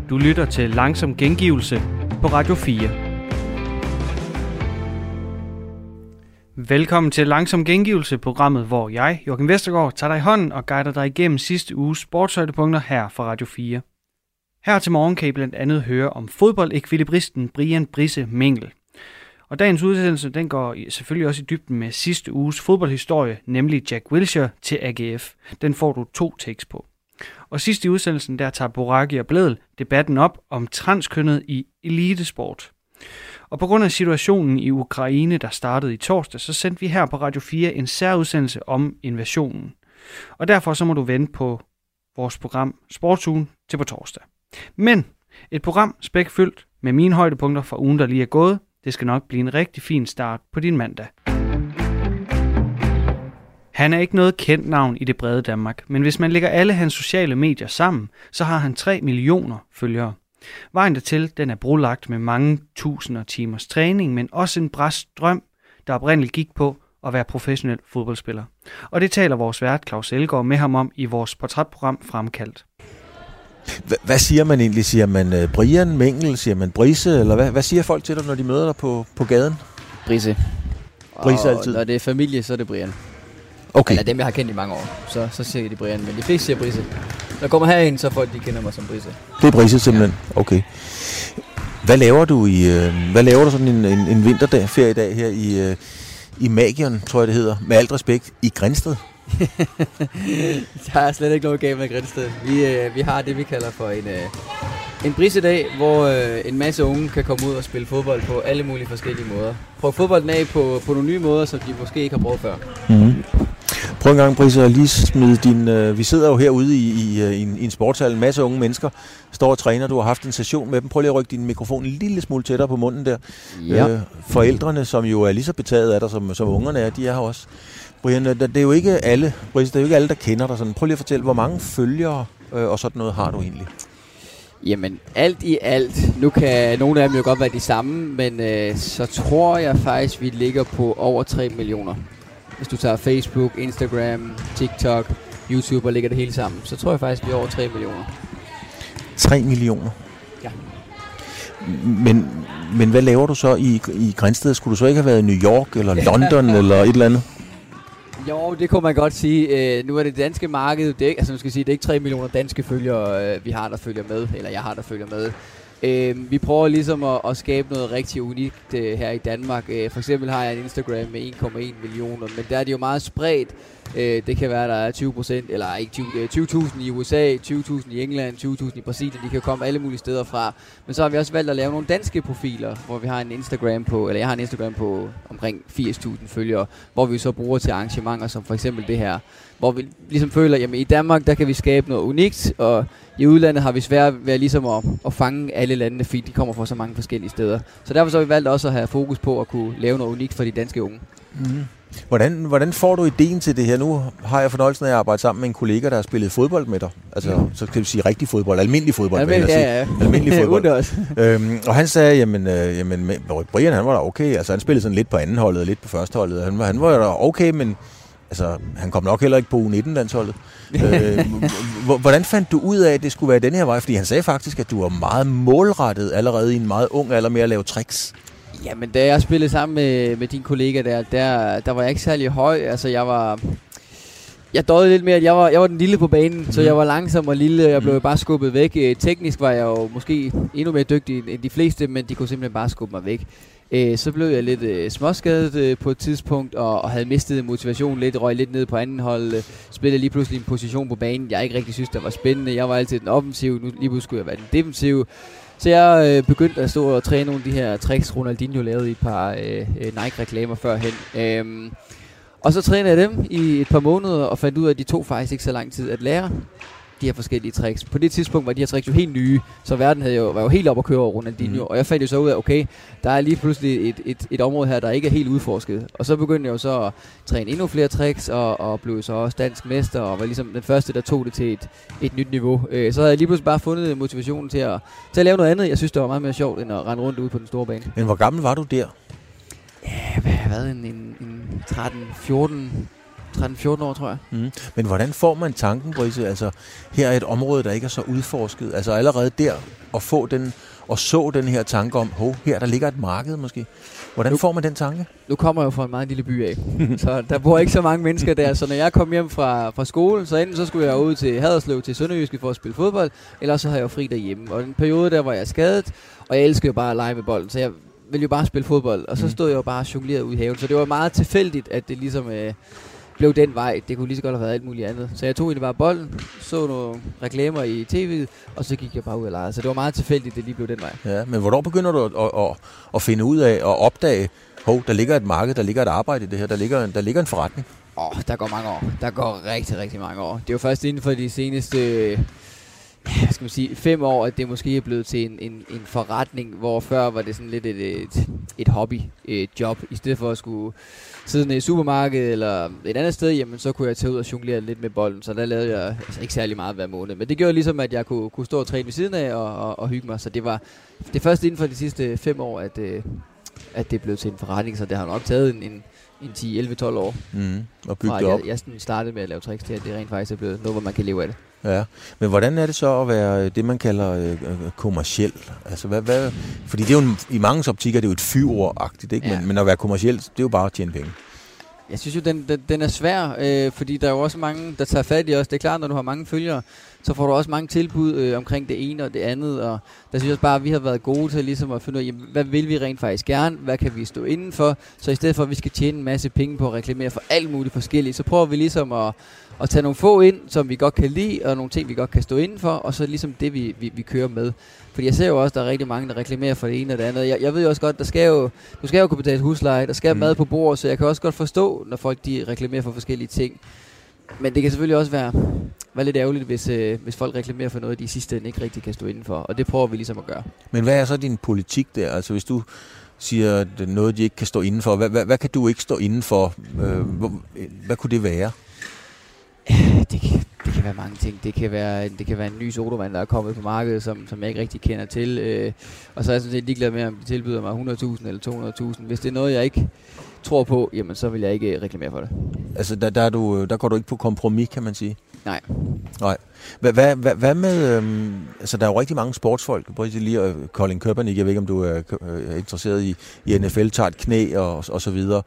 Du lytter til Langsom Gengivelse på Radio 4. Velkommen til Langsom Gengivelse, programmet, hvor jeg, Joachim Vestergaard, tager dig i hånden og guider dig igennem sidste uges sportshøjdepunkter her fra Radio 4. Her til morgen kan I blandt andet høre om fodboldekvilibristen Brian Brisse Mengel. Og dagens udsendelse den går selvfølgelig også i dybden med sidste uges fodboldhistorie, nemlig Jack Wilshere til AGF. Den får du 2 takes på. Og sidst i udsendelsen, der tager Boraki og Blædel debatten op om transkønnet i elitesport. Og på grund af situationen i Ukraine, der startede i torsdag, så sendte vi her på Radio 4 en særudsendelse om invasionen. Og derfor så må du vente på vores program Sportsugen til på torsdag. Men et program spækfyldt med mine højdepunkter fra ugen, der lige er gået. Det skal nok blive en rigtig fin start på din mandag. Han er ikke noget kendt navn i det brede Danmark, men hvis man lægger alle hans sociale medier sammen, så har han 3 millioner følgere. Vejen dertil, den er brolagt med mange tusinder timers træning, men også en brast drøm, der oprindeligt gik på at være professionel fodboldspiller. Og det taler vores vært Claus Elgaard med ham om i vores portrætprogram Fremkaldt. Hvad siger man egentlig? Siger man Brian Mengel? Siger man Brisse? Eller hvad siger folk til dig, når de møder dig på gaden? Brisse. Brisse altid? Når det er familie, så er det Brian. Okay. Eller dem, jeg har kendt i mange år, så siger de Brian. Men de fleste siger Brisse. Når jeg kommer herind, så folk de kender mig som Brisse. Det er Brisse simpelthen? Ja. Okay. Hvad laver du sådan en vinterdag, feriedag her i Magion, tror jeg det hedder, med alt respekt, i Grindsted? Der er slet ikke noget galt med Grindsted. Vi har det, vi kalder for en Brisse-dag, hvor en masse unge kan komme ud og spille fodbold på alle mulige forskellige måder. Prøv fodbolden af på nogle nye måder, som de måske ikke har prøvet før. Mm-hmm. Prøv en gang, Brisse, at lige smide din... vi sidder jo herude i en sportshal, en masse unge mennesker står og træner. Du har haft en session med dem. Prøv lige at rykke din mikrofon en lille smule tættere på munden der. Ja. Forældrene, som jo er lige så betaget af dig, som ungerne er, de er her også. Brian, det er jo ikke alle, Brisse, det er jo ikke alle, der kender dig sådan. Prøv lige at fortælle, hvor mange følgere og sådan noget har du egentlig? Jamen, alt i alt. Nu kan nogle af dem jo godt være de samme, men så tror jeg faktisk, vi ligger på over 3 millioner. Hvis du tager Facebook, Instagram, TikTok, YouTube og lægger det hele sammen, så tror jeg faktisk, vi er over 3 millioner. 3 millioner? Ja. Men hvad laver du så i Grindsted? Skulle du så ikke have været i New York eller London eller et eller andet? Jo, det kunne man godt sige. Nu er det danske marked, det er ikke 3 millioner danske følgere, vi har, der følger med, eller jeg har, der følger med. Vi prøver ligesom at skabe noget rigtig unikt her i Danmark. For eksempel har jeg en Instagram med 1,1 millioner, men der er det jo meget spredt. Det kan være, der er 20%, eller ikke 20.000 i USA, 20.000 i England, 20.000 i Brasilien. De kan komme alle mulige steder fra. Men så har vi også valgt at lave nogle danske profiler, hvor vi har en Instagram på, eller jeg har en Instagram på omkring 80.000 følgere, hvor vi så bruger til arrangementer som for eksempel det her, hvor vi ligesom føler, jamen i Danmark, der kan vi skabe noget unikt, og i udlandet har vi svært ved ligesom at fange alle landene, fordi de kommer fra så mange forskellige steder. Så derfor så har vi valgt også at have fokus på at kunne lave noget unikt for de danske unge. Mm. Hvordan får du ideen til det her? Nu har jeg fornøjelsen af at arbejde sammen med en kollega, der har spillet fodbold med dig. Altså, så kan du sige rigtig fodbold, almindelig fodbold. Almindelig fodbold. Og han sagde, jamen, Brian, han var da okay. Altså, han spillede sådan lidt på anden holdet og lidt på første holdet. Han var da okay, men altså, han kom nok heller ikke på U19-landsholdet. Hvordan fandt du ud af, at det skulle være den her vej? Fordi han sagde faktisk, at du var meget målrettet allerede i en meget ung alder med at lave tricks. Jamen, da jeg spillede sammen med din kollega der var jeg ikke særlig høj. Altså, jeg døde lidt mere, at jeg var den lille på banen, så jeg var langsom og lille. Jeg blev bare skubbet væk. Teknisk var jeg jo måske endnu mere dygtig end de fleste, men de kunne simpelthen bare skubbe mig væk. Så blev jeg lidt småskadet på et tidspunkt, og havde mistet motivationen lidt, røg lidt ned på anden hold, spillede lige pludselig en position på banen, jeg ikke rigtig synes, der var spændende. Jeg var altid den offensive, nu lige pludselig skulle jeg være den defensive. Så jeg begyndte at stå og træne nogle af de her tricks, Ronaldinho lavede i et par Nike-reklamer førhen. Og så trænede jeg dem i et par måneder, og fandt ud af, at de tog faktisk ikke så lang tid at lære de her forskellige tricks. På det tidspunkt var de her tricks jo helt nye, så verden var jo helt op at køre over Ronaldinho. Og jeg fandt jo så ud af, okay, der er lige pludselig et område her, der ikke er helt udforsket. Og så begyndte jeg jo så at træne endnu flere tricks, og blev så også dansk mester, og var ligesom den første, der tog det til et nyt niveau. Så havde jeg lige pludselig bare fundet motivationen til at lave noget andet. Jeg synes, det var meget mere sjovt, end at rende rundt ude på den store bane. Men hvor gammel var du der? Ja, hvad har været en 13-14 13-14 år, tror jeg. Men hvordan får man tanken, Brice? Altså, her er et område, der ikke er så udforsket. Altså allerede der at få den, og så den her tanke om, her der ligger et marked måske. Hvordan får man den tanke? Nu kommer jeg jo fra en meget lille by af, så der bor ikke så mange mennesker der. Så når jeg kom hjem fra skolen, så enten så skulle jeg ud til Haderslev til Sønderjyske for at spille fodbold, eller så havde jeg jo fri derhjemme. Og en periode der var jeg skadet, og jeg elskede jo bare at lege med bolden, så jeg ville jo bare spille fodbold. Og så stod jeg jo bare jongleret ude i haven, så det var meget tilfældigt, at det ligesom blev den vej. Det kunne lige så godt have været alt muligt andet. Så jeg tog egentlig bare bolden, så nogle reklamer i tv'et, og så gik jeg bare ud og legede. Så det var meget tilfældigt, det lige blev den vej. Ja, men hvornår begynder du at finde ud af og opdage, der ligger et marked, der ligger et arbejde i det her, der ligger en forretning? Der går mange år. Der går rigtig, rigtig mange år. Det er jo først inden for de seneste 5 år, at det måske er blevet til en forretning, hvor før var det sådan lidt et hobby, et job. I stedet for at skulle sidde nede i supermarkedet eller et andet sted, jamen så kunne jeg tage ud og jonglere lidt med bolden. Så der lavede jeg ikke særlig meget hver måned. Men det gjorde ligesom, at jeg kunne stå og træne ved siden af og hygge mig. Så det var det først inden for de sidste 5 år, at det blev til en forretning. Så det har nok taget en 10-11-12 år. Og bygge det op. Jeg startede med at lave tricks til, at det rent faktisk er blevet noget, hvor man kan leve af det. Ja, men hvordan er det så at være det, man kalder kommerciel? Altså, fordi det er jo i mange optikker, det er jo et fyord-agtigt, ikke? Ja. Men at være kommerciel, det er jo bare at tjene penge. Jeg synes jo, den er svær, fordi der er jo også mange, der tager fat i os. Det er klart, når du har mange følgere, så får du også mange tilbud omkring det ene og det andet. Og der synes jeg også bare, at vi har været gode til ligesom at finde ud af, hvad vil vi rent faktisk gerne? Hvad kan vi stå indenfor? Så i stedet for, at vi skal tjene en masse penge på at reklamere for alt muligt forskelligt, så prøver vi ligesom at tage nogle få ind, som vi godt kan lide, og nogle ting, vi godt kan stå indenfor, og så ligesom det, vi kører med. Fordi jeg ser jo også, at der er rigtig mange, der reklamerer for det ene og det andet. Jeg ved jo også godt, du skal jo kunne betale husleje, der skal mad på bordet, så jeg kan også godt forstå, når folk de reklamerer for forskellige ting. Men det kan selvfølgelig også være lidt ærgerligt, hvis folk reklamerer for noget, de i sidste ende ikke rigtig kan stå indenfor, og det prøver vi ligesom at gøre. Men hvad er så din politik der? Altså hvis du siger, at det er noget, de ikke kan stå indenfor, hvad kan du ikke stå indenfor? Hvad kunne det være? Det kan være mange ting. Det kan være en ny sodavand, der er kommet på markedet, som jeg ikke rigtig kender til. Og så er jeg sådan set ligeglad med, om de tilbyder mig 100.000 eller 200.000. Hvis det er noget, jeg ikke tror på, jamen så vil jeg ikke reklamere for det. Altså der går du ikke på kompromis, kan man sige? Nej. Hvad med... altså der er jo rigtig mange sportsfolk. Prøv lige Colin Kaepernick, jeg ved ikke, om du er interesseret i NFL, tager et knæ og så videre.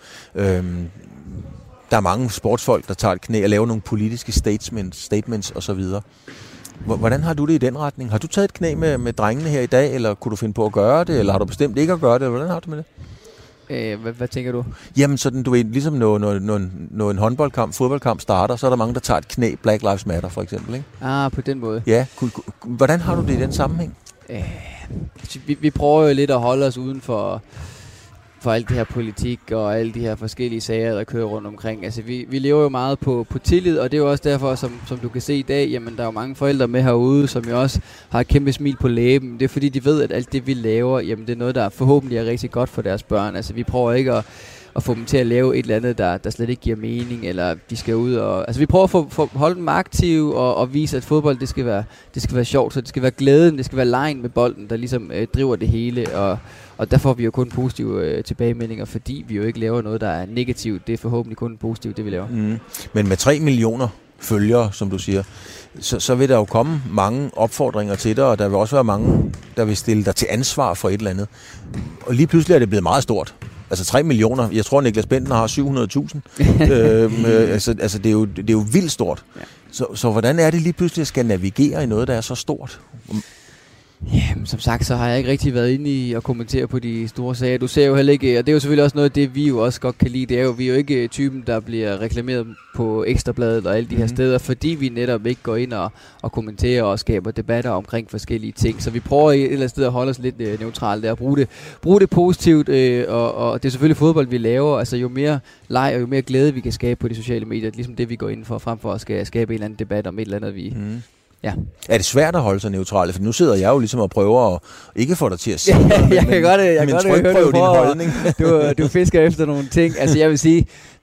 Der er mange sportsfolk, der tager et knæ og laver nogle politiske statements og så videre. Hvordan har du det i den retning? Har du taget et knæ med drengene her i dag, eller kunne du finde på at gøre det, eller har du bestemt ikke at gøre det? Hvordan har du med det? Hvad tænker du? Jamen sådan, du ved, ligesom når en fodboldkamp starter, så er der mange, der tager et knæ, Black Lives Matter for eksempel, ikke? På den måde. Ja, hvordan har du det i den sammenhæng? Vi prøver jo lidt at holde os uden for alt det her politik og alle de her forskellige sager, der kører rundt omkring. Altså vi lever jo meget på tillid, og det er jo også derfor, som du kan se i dag, jamen der er jo mange forældre med herude, som jo også har et kæmpe smil på læben. Det er fordi, de ved, at alt det vi laver, jamen det er noget, der forhåbentlig er rigtig godt for deres børn. Altså vi prøver ikke at få dem til at lave et eller andet, der slet ikke giver mening, eller de skal ud og... Altså vi prøver at holde dem aktive og vise, at fodbold, det skal være sjovt, så det skal være glæden, det skal være legen med bolden, der ligesom driver det hele, og der får vi jo kun positive tilbagemeldinger, fordi vi jo ikke laver noget, der er negativt. Det er forhåbentlig kun positivt, det vi laver. Men med 3 millioner følgere, som du siger, så vil der jo komme mange opfordringer til dig, og der vil også være mange, der vil stille dig til ansvar for et eller andet. Og lige pludselig er det blevet meget stort. Altså 3 millioner. Jeg tror, Niklas Bentner har 700.000. Altså det er jo vildt stort. Ja. Så hvordan er det lige pludselig at skal navigere i noget, der er så stort? Jamen, som sagt, så har jeg ikke rigtig været inde i at kommentere på de store sager. Du ser jo heller ikke, og det er jo selvfølgelig også noget af det, vi jo også godt kan lide. Det er jo, vi er jo ikke typen, der bliver reklameret på Ekstrabladet og alle de her steder, fordi vi netop ikke går ind og kommenterer og skaber debatter omkring forskellige ting. Så vi prøver et eller andet sted at holde os lidt neutralt der og bruge det positivt, og det er selvfølgelig fodbold, vi laver. Altså jo mere leg og jo mere glæde, vi kan skabe på de sociale medier, ligesom det, vi går ind for, frem for at skabe en eller anden debat om et eller andet, vi... Ja. Er det svært at holde sig neutrale? For nu sidder jeg jo ligesom og prøver at ikke få dig til at sige jeg kan godt høre, din holdning. Du fisker efter nogle ting. Altså jeg vil sige,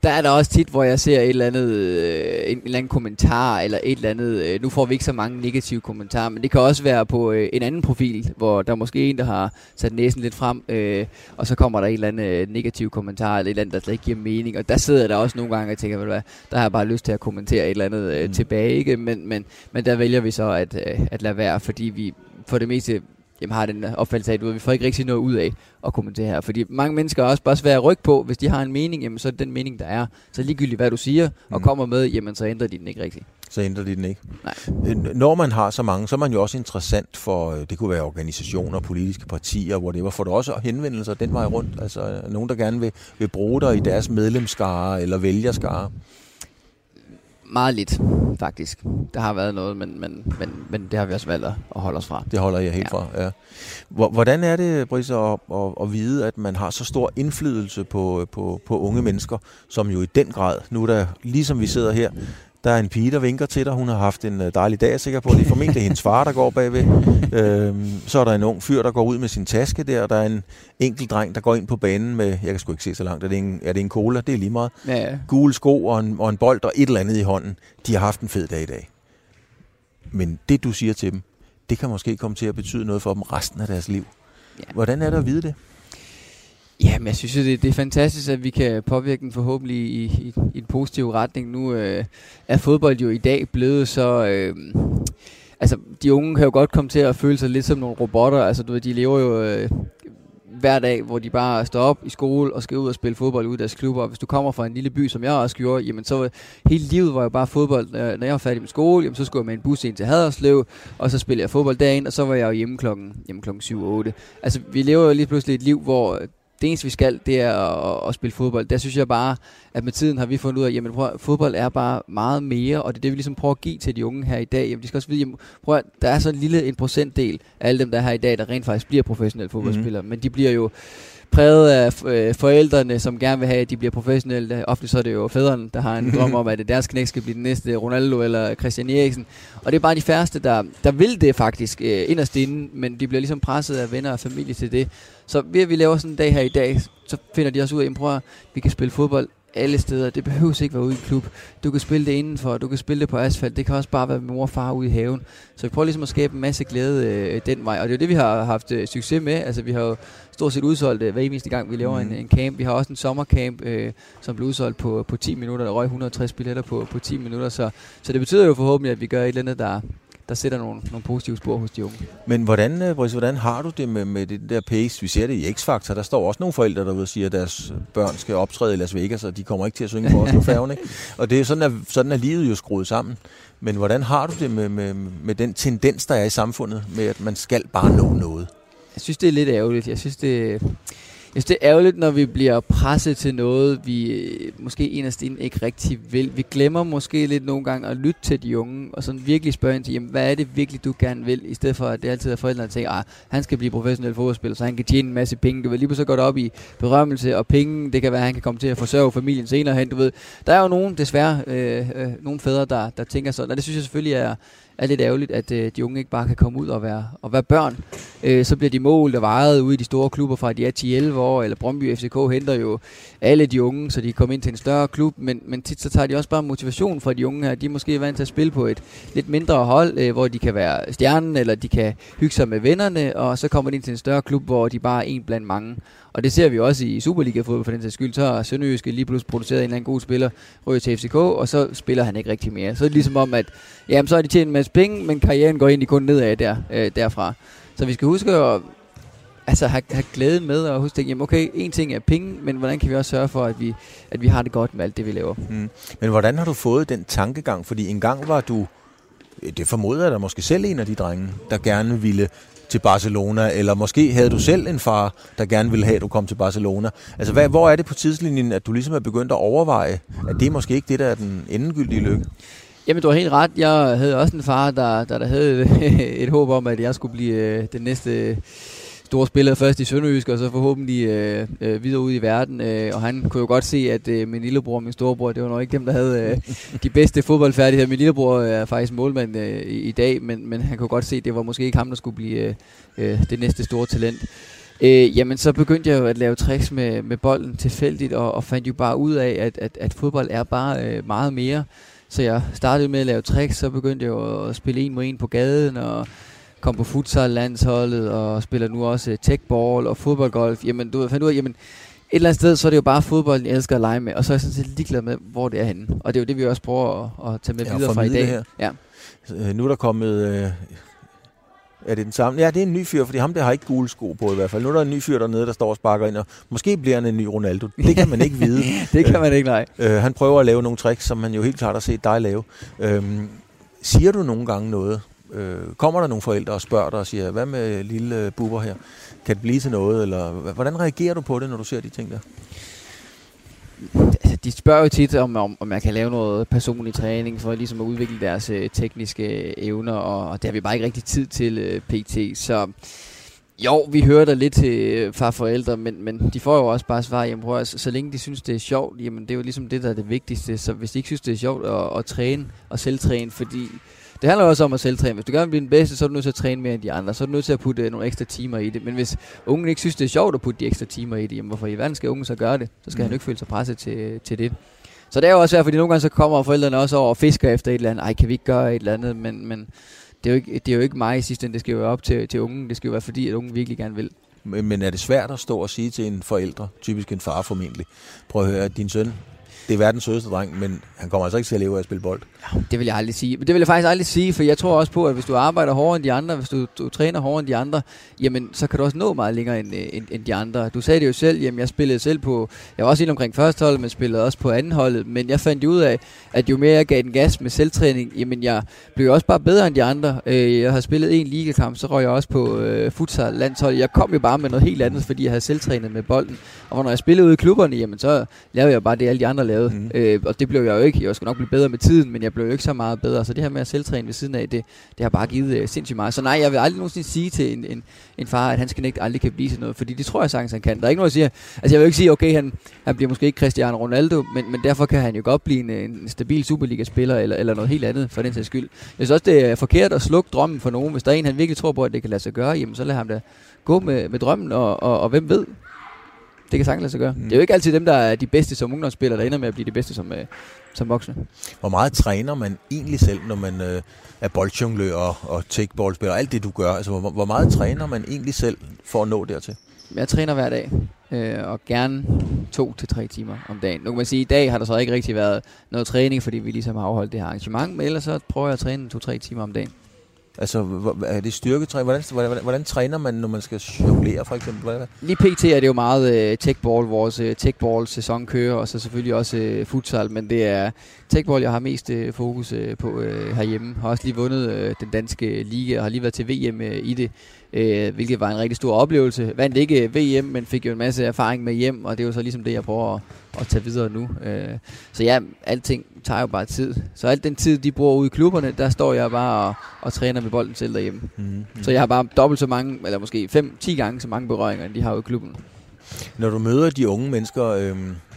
der er der også tit, hvor jeg ser et eller andet, en eller anden kommentar, eller et eller andet, nu får vi ikke så mange negative kommentarer, men det kan også være på en anden profil, hvor der er måske en, der har sat næsen lidt frem, og så kommer der en eller anden negativ kommentar, eller et eller andet, der slet ikke giver mening, og der sidder der også nogle gange og tænker, der har jeg bare lyst til at kommentere et eller andet tilbage, ikke? Men der vælger vi så at lade være, fordi vi for det meste har den opfattelse af, at vi får ikke rigtig noget ud af at kommentere her. Fordi mange mennesker er også bare svære at rykke på. Hvis de har en mening, jamen, så er det den mening, der er. Så ligegyldigt, hvad du siger og kommer med, jamen, så ændrer de den ikke rigtigt. Så ændrer de den ikke? Nej. Når man har så mange, så er man jo også interessant for, det kunne være organisationer, politiske partier, whatever. Får du også henvendelser den vej rundt? Altså nogen, der gerne vil bruge dig i deres medlemsskare eller vælgerskare? Meget lidt, faktisk. Der har været noget, men det har vi også valgt at holde os fra. Det holder jeg helt fra, ja. Hvordan er det, Brice, at vide, at man har så stor indflydelse på unge mennesker, som jo i den grad, nu der, ligesom vi sidder her, der er en pige, der vinker til dig. Hun har haft en dejlig dag, jeg er sikker på. Det er formentlig hendes far, der går bagved. Så er der en ung fyr, der går ud med sin taske der. Der er en enkelt dreng, der går ind på banen med, jeg kan sgu ikke se så langt, er det en cola? Det er lige meget. Ja. Gule sko og en bold og et eller andet i hånden. De har haft en fed dag i dag. Men det, du siger til dem, det kan måske komme til at betyde noget for dem resten af deres liv. Ja. Hvordan er det at vide det? Jamen, jeg synes, det er fantastisk, at vi kan påvirke den forhåbentlig i en positiv retning. Nu er fodbold jo i dag blevet så... altså, de unge kan jo godt komme til at føle sig lidt som nogle robotter. Altså, du ved, de lever jo hver dag, hvor de bare står op i skole og skal ud og spille fodbold ude i deres klubber. Og hvis du kommer fra en lille by, som jeg også gjorde, jamen så hele livet var jo bare fodbold. Når jeg var færdig med skole, jamen så skulle jeg med en bus ind til Haderslev, og så spillede jeg fodbold dagen, og så var jeg jo hjemme klokken 7-8. Altså, vi lever jo lige pludselig et liv, hvor det eneste vi skal, det er at spille fodbold. Der synes jeg bare, at med tiden har vi fundet ud af, jamen fodbold er bare meget mere, og det er det, vi ligesom prøver at give til de unge her i dag. Jamen de skal også vide, jamen, der er så en lille en procentdel af alle dem, der er her i dag, der rent faktisk bliver professionelle fodboldspillere, men de bliver jo præget af forældrene, som gerne vil have, at de bliver professionelle. Ofte så er det jo fædrene, der har en drøm om, at deres knæk skal blive den næste Ronaldo eller Christian Eriksen. Og det er bare de færreste, der vil det faktisk inderst inde, men de bliver ligesom presset af venner og familie til det. Så ved at vi laver sådan en dag her i dag, så finder de også ud af, at vi kan spille fodbold alle steder. Det behøves ikke være ude i en klub. Du kan spille det indenfor, du kan spille det på asfalt. Det kan også bare være med mor og far ude i haven. Så vi prøver ligesom at skabe en masse glæde den vej. Og det er jo det, vi har haft succes med. Altså vi har jo stort set udsolgt hver eneste gang, vi laver en camp. Vi har også en sommercamp, som blev udsolgt på 10 minutter. Der røg 160 billetter på 10 minutter. Så det betyder jo forhåbentlig, at vi gør et eller andet, der sætter nogle positive spor hos de unge. Men hvordan har du det med det der pace? Vi ser det i X-Factor. Der står også nogle forældre, der vil sige, at deres børn skal optræde i Las Vegas, og de kommer ikke til at synge på os på færgen, ikke? Og det er sådan er livet jo skruet sammen. Men hvordan har du det med den tendens, der er i samfundet, med at man skal bare nå noget? Jeg synes, det er lidt ærgerligt. Jeg synes, det er ærgerligt, når vi bliver presset til noget, vi måske inderst inde ikke rigtig vil. Vi glemmer måske lidt nogle gange at lytte til de unge, og sådan virkelig spørge ind til, jamen, hvad er det virkelig, du gerne vil? I stedet for, at det altid er forældrene, der tænker, han skal blive professionel fodboldspiller, så han kan tjene en masse penge. Du ved, lige pludselig godt op i berømmelse og penge. Det kan være, at han kan komme til at forsørge familien senere hen. Du ved, der er jo nogen, desværre, nogle fædre, der tænker sådan, og det synes jeg selvfølgelig er lidt ærgerligt, at de unge ikke bare kan komme ud og være børn. Så bliver de målt og vejet ude i de store klubber fra de er 10-11 år, eller Brøndby FCK henter jo alle de unge, så de kommer ind til en større klub, men tit så tager de også bare motivation fra de unge her. De er måske vant til at spille på et lidt mindre hold, hvor de kan være stjernen, eller de kan hygge sig med vennerne, og så kommer de ind til en større klub, hvor de bare er en blandt mange. Og det ser vi også i Superliga-fodbold for den sags skyld. Så har Sønderjyske lige pludselig produceret en eller anden god spiller, ryger til FCK, og så spiller han ikke rigtig mere. Så er det ligesom om, at jamen, så har de tjent en masse penge, men karrieren går egentlig kun nedad derfra. Så vi skal huske at have glæden med, og huske at tænke, okay, en ting er penge, men hvordan kan vi også sørge for, at vi har det godt med alt det, vi laver. Men hvordan har du fået den tankegang? Fordi engang var du, det formoder jeg da måske selv en af de drenge, der gerne ville til Barcelona, eller måske havde du selv en far, der gerne ville have, at du kom til Barcelona. Altså, hvor er det på tidslinjen, at du ligesom er begyndt at overveje, at det er måske ikke det, der er den endegyldige lykke? Jamen, du har helt ret. Jeg havde også en far, der havde et håb om, at jeg skulle blive den næste store spiller først i Sønderjysk, og så forhåbentlig videre ud i verden. Og han kunne jo godt se, at min lillebror og min storebror, det var nok ikke dem, der havde de bedste fodboldfærdigheder. Min lillebror er faktisk målmand i dag, men han kunne godt se, at det var måske ikke ham, der skulle blive det næste store talent. Jamen, så begyndte jeg jo at lave tricks med bolden tilfældigt, og fandt jo bare ud af, at fodbold er bare meget mere. Så jeg startede med at lave tricks, så begyndte jeg jo at spille 1 mod 1 på gaden, og kom på futsal-landsholdet, og spiller nu også techball og fodboldgolf. Jamen, du fandt ud af, jamen, et eller andet sted, så er det jo bare fodbold, jeg elsker at lege med, og så er jeg sådan set ligeglad med, hvor det er henne. Og det er jo det, vi også prøver at tage med videre fra i dag. Her. Ja. Nu er der kommet... Er det den samme? Ja, det er en ny fyr, fordi ham der har ikke gule sko på i hvert fald. Nu er der en ny fyr dernede, der står og sparker ind, og måske bliver han en ny Ronaldo. Det kan man ikke vide. Det kan man ikke, nej. Han prøver at lave nogle tricks, som man jo helt klart har set dig lave. Siger du nogle gange noget? Kommer der nogle forældre og spørger dig og siger, hvad med lille Bubber her? Kan det blive til noget? Eller hvordan reagerer du på det, når du ser de ting der? De spørger jo tit, om jeg kan lave noget personlig træning for ligesom at udvikle deres tekniske evner, og det har vi bare ikke rigtig tid til pt. Så jo, vi hører der lidt til far og forældre, men de får jo også bare svar, jamen prøv, så længe de synes, det er sjovt, jamen det er jo ligesom det, der er det vigtigste. Så hvis de ikke synes, det er sjovt at træne og selvtræne, fordi det handler også om at selvtræne. Hvis du gerne vil blive den bedste, så er du nødt til at træne mere end de andre. Så er du nødt til at putte nogle ekstra timer i det. Men hvis ungen ikke synes, det er sjovt at putte de ekstra timer i det, jamen hvorfor i verden skal ungen så gøre det? Så skal han jo ikke føle sig presset til det. Så det er jo også svært, fordi nogle gange så kommer forældrene også over og fisker efter et eller andet. Ej, kan vi ikke gøre et eller andet? Men det er jo ikke mig i sidste ende. Det skal jo være op til ungen. Det skal jo være fordi, at ungen virkelig gerne vil. Men er det svært at stå og sige til en forælder, typisk en far formentlig, prøv at høre, at din søn, det er verdens sødeste dreng, men han kommer altså ikke til at leve af at spille bold. Ja, det vil jeg aldrig sige. Men det vil jeg faktisk aldrig sige, for jeg tror også på, at hvis du arbejder hårdere end de andre, hvis du træner hårdere end de andre, jamen så kan du også nå meget længere end de andre. Du sagde det jo selv, jamen jeg spillede selv på, jeg var også helt omkring førsteholdet, men spillede også på andenholdet, men jeg fandt ud af, at jo mere jeg gav den gas med selvtræning, jamen jeg blev også bare bedre end de andre. Jeg har spillet 1 ligakamp, så røg jeg også på futsal landsholdet. Jeg kom jo bare med noget helt andet, fordi jeg havde selvtrænet med bolden. Og når jeg spillede ude i klubberne, jamen så lavede jeg bare det, alle de andre lavede. Og det blev jeg jo ikke. Jeg skulle nok blive bedre med tiden, men jeg blev jo ikke så meget bedre. Så det her med at selvtræne ved siden af, det har bare givet sindssygt meget. Så nej, jeg vil aldrig nogensinde sige til en far, at hans knægt aldrig kan blive til noget, fordi det tror jeg sagtens, han kan. Der er ikke noget, jeg siger. Altså jeg vil ikke sige, okay, han bliver måske ikke Cristiano Ronaldo, men derfor kan han jo godt blive en stabil Superliga-spiller, eller noget helt andet, for den sags skyld. Jeg synes også, det er forkert at slukke drømmen for nogen. Hvis der er en, han virkelig tror på, at det kan lade sig gøre, jamen så lad ham da gå med drømmen, og hvem ved? Det kan sagtens lade sig gøre. Det er jo ikke altid dem, der er de bedste som ungdomsspillere, der ender med at blive de bedste som voksne. Hvor meget træner man egentlig selv, når man er boldjonglør og takeballspiller, alt det du gør? Altså, hvor meget træner man egentlig selv for at nå dertil? Jeg træner hver dag, og gerne 2 til 3 timer om dagen. Nu kan man sige, at i dag har der så ikke rigtig været noget træning, fordi vi ligesom har afholdt det her arrangement, men ellers så prøver jeg at træne 2-3 timer om dagen. Altså, er det styrketræning? Hvordan træner man, når man skal jonglere, for eksempel? Lige pt. Er det jo meget techball, vores techball-sæson kører, og så selvfølgelig også futsal, men det er techball, jeg har mest fokus på herhjemme. Har også lige vundet den danske liga, og har lige været til VM i det, hvilket var en rigtig stor oplevelse. Vandt ikke VM, men fik jo en masse erfaring med hjem, og det er jo så ligesom det, jeg prøver at tage videre nu. Så ja, alting tager jo bare tid. Så alt den tid, de bruger ude i klubberne, der står jeg bare og træner med bolden selv derhjemme. Så jeg har bare dobbelt så mange, eller måske 5-10 gange så mange berøringer, end de har ude i klubben. Når du møder de unge mennesker,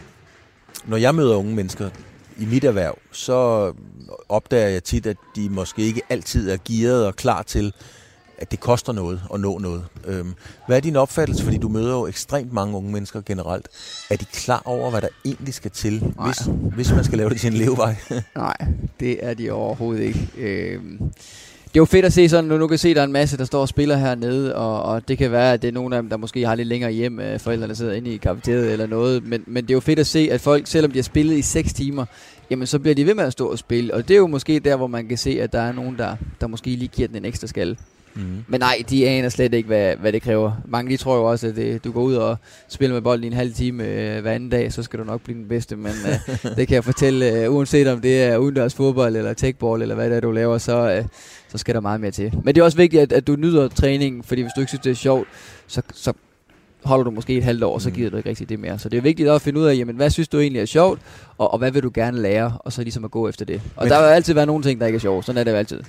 når jeg møder unge mennesker i mit erhverv, så opdager jeg tit, at de måske ikke altid er gearet og klar til, at det koster noget at nå noget. Hvad er din opfattelse, fordi du møder jo ekstremt mange unge mennesker generelt. Er de klar over, hvad der egentlig skal til, hvis man skal lave det til en levevej? Nej, det er de overhovedet ikke. Det er jo fedt at se sådan, nu kan se, at der er en masse, der står og spiller hernede, og det kan være, at det er nogle af dem, der måske har lidt længere hjem, forældrene sidder inde i kafeteriet eller noget, men det er jo fedt at se, at folk, selvom de har spillet i 6 timer, jamen så bliver de ved med at stå og spille, og det er jo måske der, hvor man kan se, at der er nogen, der måske lige giver den en ekstra skalle. Men nej, de aner slet ikke, hvad det kræver. Mange de tror jo også, at du går ud og spiller med bolden i en halv time hver anden dag, så skal du nok blive den bedste. Men det kan jeg fortælle, uanset om det er udendørs fodbold eller techball eller hvad det er, du laver, så skal der meget mere til. Men det er også vigtigt, at du nyder træningen, fordi hvis du ikke synes, det er sjovt, så holder du måske et halvt år, og så gider du ikke rigtig det mere. Så det er vigtigt at finde ud af, jamen, hvad synes du egentlig er sjovt, og hvad vil du gerne lære, og så ligesom at gå efter det. Og der vil altid være nogle ting, der ikke er sjovt. Sådan er det jo altid.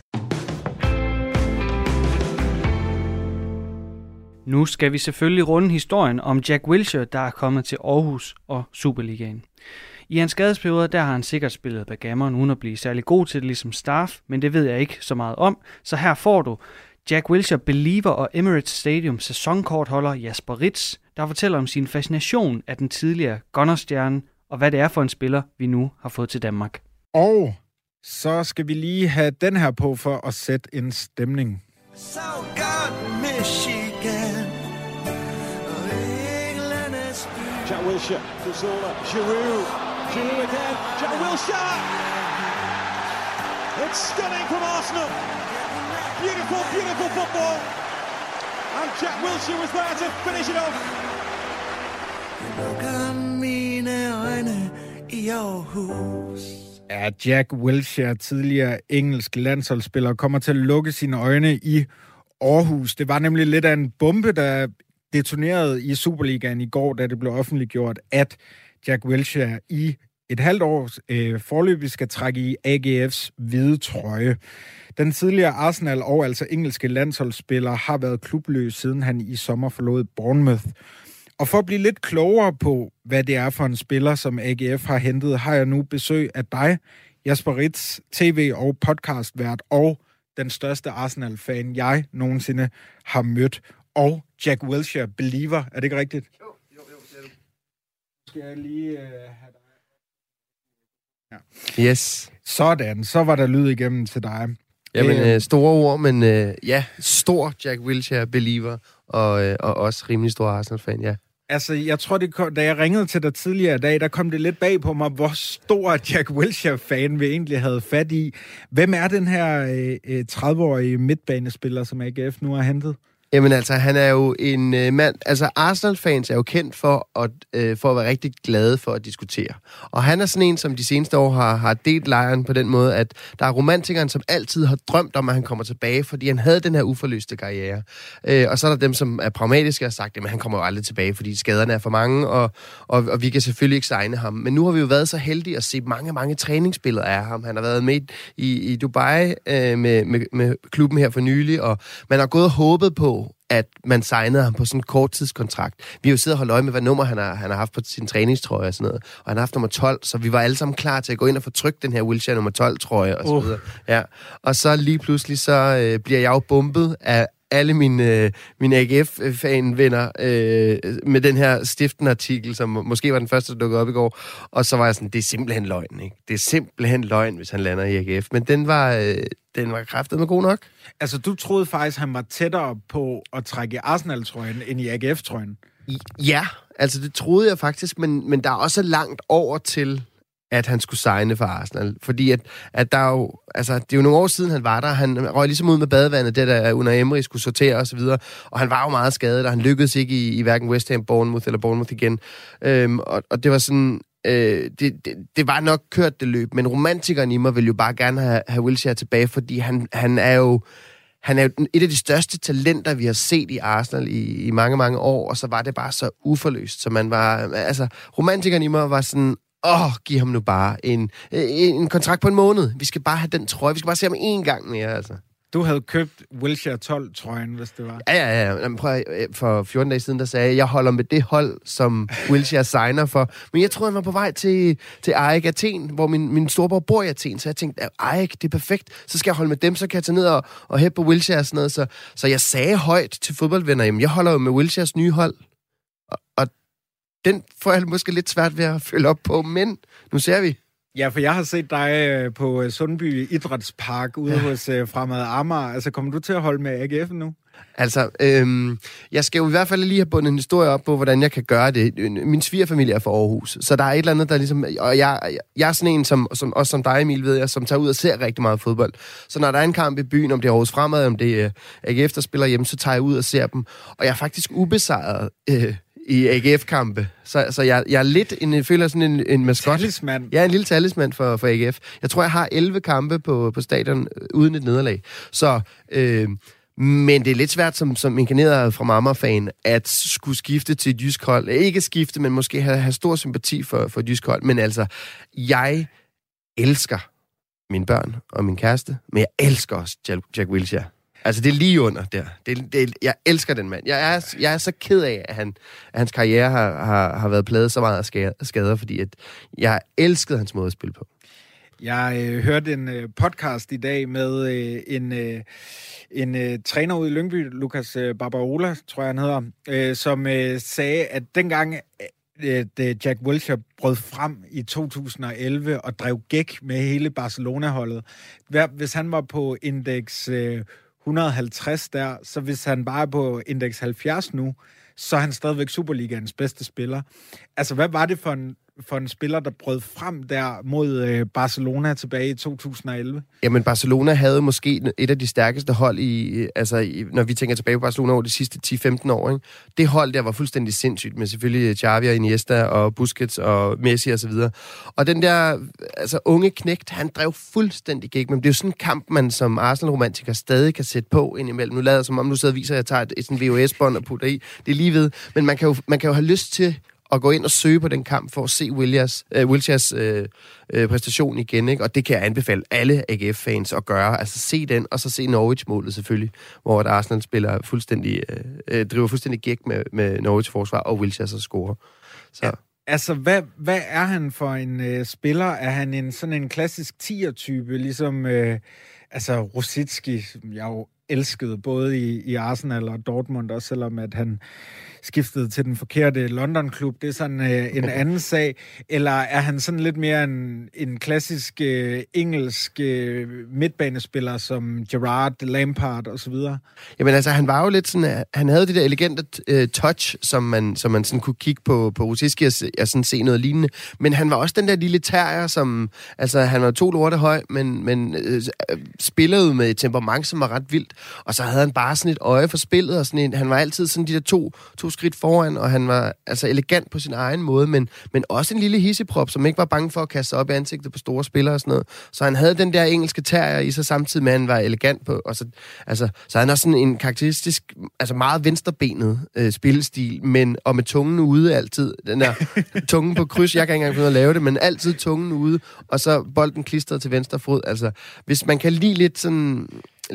Nu skal vi selvfølgelig runde historien om Jack Wilshere, der er kommet til Aarhus og Superligaen. I hans skadesperiode, der har han sikkert spillet backgammon uden at blive særlig god til det ligesom Staff, men det ved jeg ikke så meget om, så her får du Jack Wilshere Believer og Emirates Stadium sæsonkortholder Jasper Ritz, der fortæller om sin fascination af den tidligere Gunners-stjerne, og hvad det er for en spiller, vi nu har fået til Danmark. Og så skal vi lige have den her på for at sætte en stemning. So God, Michigan. Jack Wilshere, Cazorla, Giroud again, Jack Wilshere! It's stunning from Arsenal. Beautiful, beautiful football. And Jack Wilshere was there to finish it off. Lukker mine øjne i Aarhus. Ja, Jack Wilshere, tidligere engelsk landsholdsspiller, kommer til at lukke sine øjne i Aarhus. Det var nemlig lidt af en bombe, der detonerede i Superligaen i går, da det blev offentliggjort, at Jack Wilshere i et halvt år forløbig skal trække i AGF's hvide trøje. Den tidligere Arsenal og altså engelske landsholdsspiller har været klubløs, siden han i sommer forlod Bournemouth. Og for at blive lidt klogere på, hvad det er for en spiller, som AGF har hentet, har jeg nu besøg af dig, Jasper Ritz, tv- og podcastvært, og den største Arsenal-fan, jeg nogensinde har mødt, og Jack Wilshere Believer. Er det ikke rigtigt? Jo, det er du. Skal jeg lige have dig? Ja. Yes. Sådan, så var der lyd igennem til dig. Jamen, store ord, men ja, stor Jack Wilshere Believer, og også rimelig stor Arsenal-fan, ja. Altså, jeg tror, da jeg ringede til dig tidligere i dag, der kom det lidt bag på mig, hvor stor Jack Wilshere-fan vi egentlig havde fat i. Hvem er den her 30-årige midtbanespiller, som AGF nu har hentet? Jamen altså, han er jo en mand... Altså, Arsenal-fans er jo kendt for at være rigtig glade for at diskutere. Og han er sådan en, som de seneste år har delt lejren på den måde, at der er romantikeren, som altid har drømt om, at han kommer tilbage, fordi han havde den her uforløste karriere. Og så er der dem, som er pragmatiske og har sagt, at han kommer jo aldrig tilbage, fordi skaderne er for mange, og vi kan selvfølgelig ikke signe ham. Men nu har vi jo været så heldige at se mange træningsbilleder af ham. Han har været med i Dubai med klubben her for nylig, og man har gået og håbet på, at man signede ham på sådan en korttidskontrakt. Vi har jo siddet og holdt øje med, hvad nummer han har haft på sin træningstrøje og sådan noget. Og han har haft nummer 12, så vi var alle sammen klar til at gå ind og få trykt den her Wilshere nummer 12-trøje og så videre. Ja. Og så lige pludselig, så bliver jeg jo bumpet af alle mine AGF-fan-venner med den her Stiften-artikel, som måske var den første, der dukkede op i går. Og så var jeg sådan, det er simpelthen løgn, ikke? Det er simpelthen løgn, hvis han lander i AGF. Men den var kraftedeme god nok. Altså, du troede faktisk, han var tættere på at trække i Arsenal-trøjen end i AGF-trøjen? Ja, altså det troede jeg faktisk, men der er også langt over til, at han skulle signe for Arsenal. Fordi at der er jo... Altså, det er jo nogle år siden, han var der. Han røg ligesom ud med badevandet, det der Unai Emery skulle sortere og så videre. Og han var jo meget skadet, og han lykkedes ikke i hverken West Ham, Bournemouth eller Bournemouth igen. Og det var sådan... Det var nok kørt det løb, men romantikeren i mig vil jo bare gerne have Wilshere tilbage, fordi han er jo et af de største talenter, vi har set i Arsenal i mange år, og så var det bare så uforløst, så man var... Altså, romantikeren i mig var sådan... giv ham nu bare en kontrakt på en måned. Vi skal bare have den trøje. Vi skal bare se ham en gang mere, altså. Du havde købt Wilshere 12-trøjen, hvis det var. Ja. For 14 dage siden, der sagde jeg holder med det hold, som Wilshere signer for. Men jeg troede, han var på vej til AEK Athen, hvor min storebror bor i Athen. Så jeg tænkte, AEK, det er perfekt. Så skal jeg holde med dem, så kan jeg tage ned og hæppe på Wilshere og sådan noget. Så jeg sagde højt til fodboldvenner, jamen jeg holder jo med Wilsheres nye hold. Og den får jeg måske lidt svært ved at følge op på, men nu ser vi. Ja, for jeg har set dig på Sundby Idrætspark ude hos Fremad Amager. Altså, kommer du til at holde med AGF nu? Altså, jeg skal jo i hvert fald lige have bundet en historie op på, hvordan jeg kan gøre det. Min svigerfamilie er fra Aarhus, så der er et eller andet, der ligesom... Og jeg er sådan en, som dig, Emil, ved jeg, som tager ud og ser rigtig meget fodbold. Så når der er en kamp i byen, om det er Aarhus Fremad, om det er AGF, der spiller hjemme, så tager jeg ud og ser dem. Og jeg er faktisk ubesejret... i AGF-kampe. Så jeg er lidt føler sådan en maskot. Talisman. Jeg er en lille talisman for AGF. Jeg tror, jeg har 11 kampe på stadion uden et nederlag. Så, men det er lidt svært som inkarneret fra Amager-fan at skulle skifte til et jysk hold. Ikke skifte, men måske have stor sympati for et jysk hold. Men altså, jeg elsker mine børn og min kæreste, men jeg elsker også Jack Wilshere. Altså, det er lige under der. Jeg elsker den mand. Jeg er så ked af, at hans karriere har været plaget så meget af skader, fordi at jeg elskede hans måde at spille på. Jeg hørte en podcast i dag med en træner ude i Lyngby, Lukas Barbarola, tror jeg han hedder, som sagde, at dengang Jack Wilshere brød frem i 2011 og drev gæk med hele Barcelona-holdet. Hvis han var på indeks 150 der, så hvis han bare er på indeks 70 nu, så er han stadigvæk Superligaens bedste spiller. Altså, hvad var det for en spiller, der brød frem der mod Barcelona tilbage i 2011? Jamen, Barcelona havde måske et af de stærkeste hold når vi tænker tilbage på Barcelona over de sidste 10-15 år. Ikke? Det hold der var fuldstændig sindssygt, med selvfølgelig Xavi og Iniesta og Busquets og Messi og så videre. Og den der unge knægt, han drev fuldstændig gæk, men det er jo sådan en kamp, man som Arsenal-romantiker stadig kan sætte på indimellem. Nu lader jeg som om, du sidder og viser, at jeg tager et sådan VHS-bånd og putter i. Det er lige ved. Men man kan jo have lyst til at gå ind og søge på den kamp for at se Wilsheres præstation igen, ikke? Og det kan jeg anbefale alle AGF-fans at gøre. Altså se den, og så se Norwich-målet selvfølgelig, hvor Arsenal spiller driver fuldstændig gæk med Norwich-forsvar, og Wilshere så scorer. Så. Ja, altså, hvad er han for en spiller? Er han sådan en klassisk 10'er-type, ligesom Rosicki, som jeg jo elskede både i Arsenal og Dortmund, også selvom at han skiftede til den forkerte London-klub. Det er sådan en anden sag. Eller er han sådan lidt mere en klassisk engelsk midtbanespiller som Gerrard, Lampard og så videre? Jamen altså, han var jo lidt sådan, han havde det der elegante touch, som man sådan kunne kigge på Rosicki og sådan se noget lignende. Men han var også den der lille terrier, som, altså han var 2 lorte høj, men spillede med et temperament, som var ret vildt. Og så havde han bare sådan et øje for spillet, og sådan han var altid sådan de der to skridt foran, og han var altså elegant på sin egen måde, men også en lille hisseprop, som ikke var bange for at kaste sig op i ansigtet på store spillere og sådan noget. Så han havde den der engelske terrier i sig, samtidig med, at han var elegant på, og så han også sådan en karakteristisk, altså meget venstrebenet spillestil, og med tungen ude altid. Den der tungen på kryds, jeg kan ikke engang finde at lave det, men altid tungen ude, og så bolden klistret til venstre fod. Altså, hvis man kan lide lidt sådan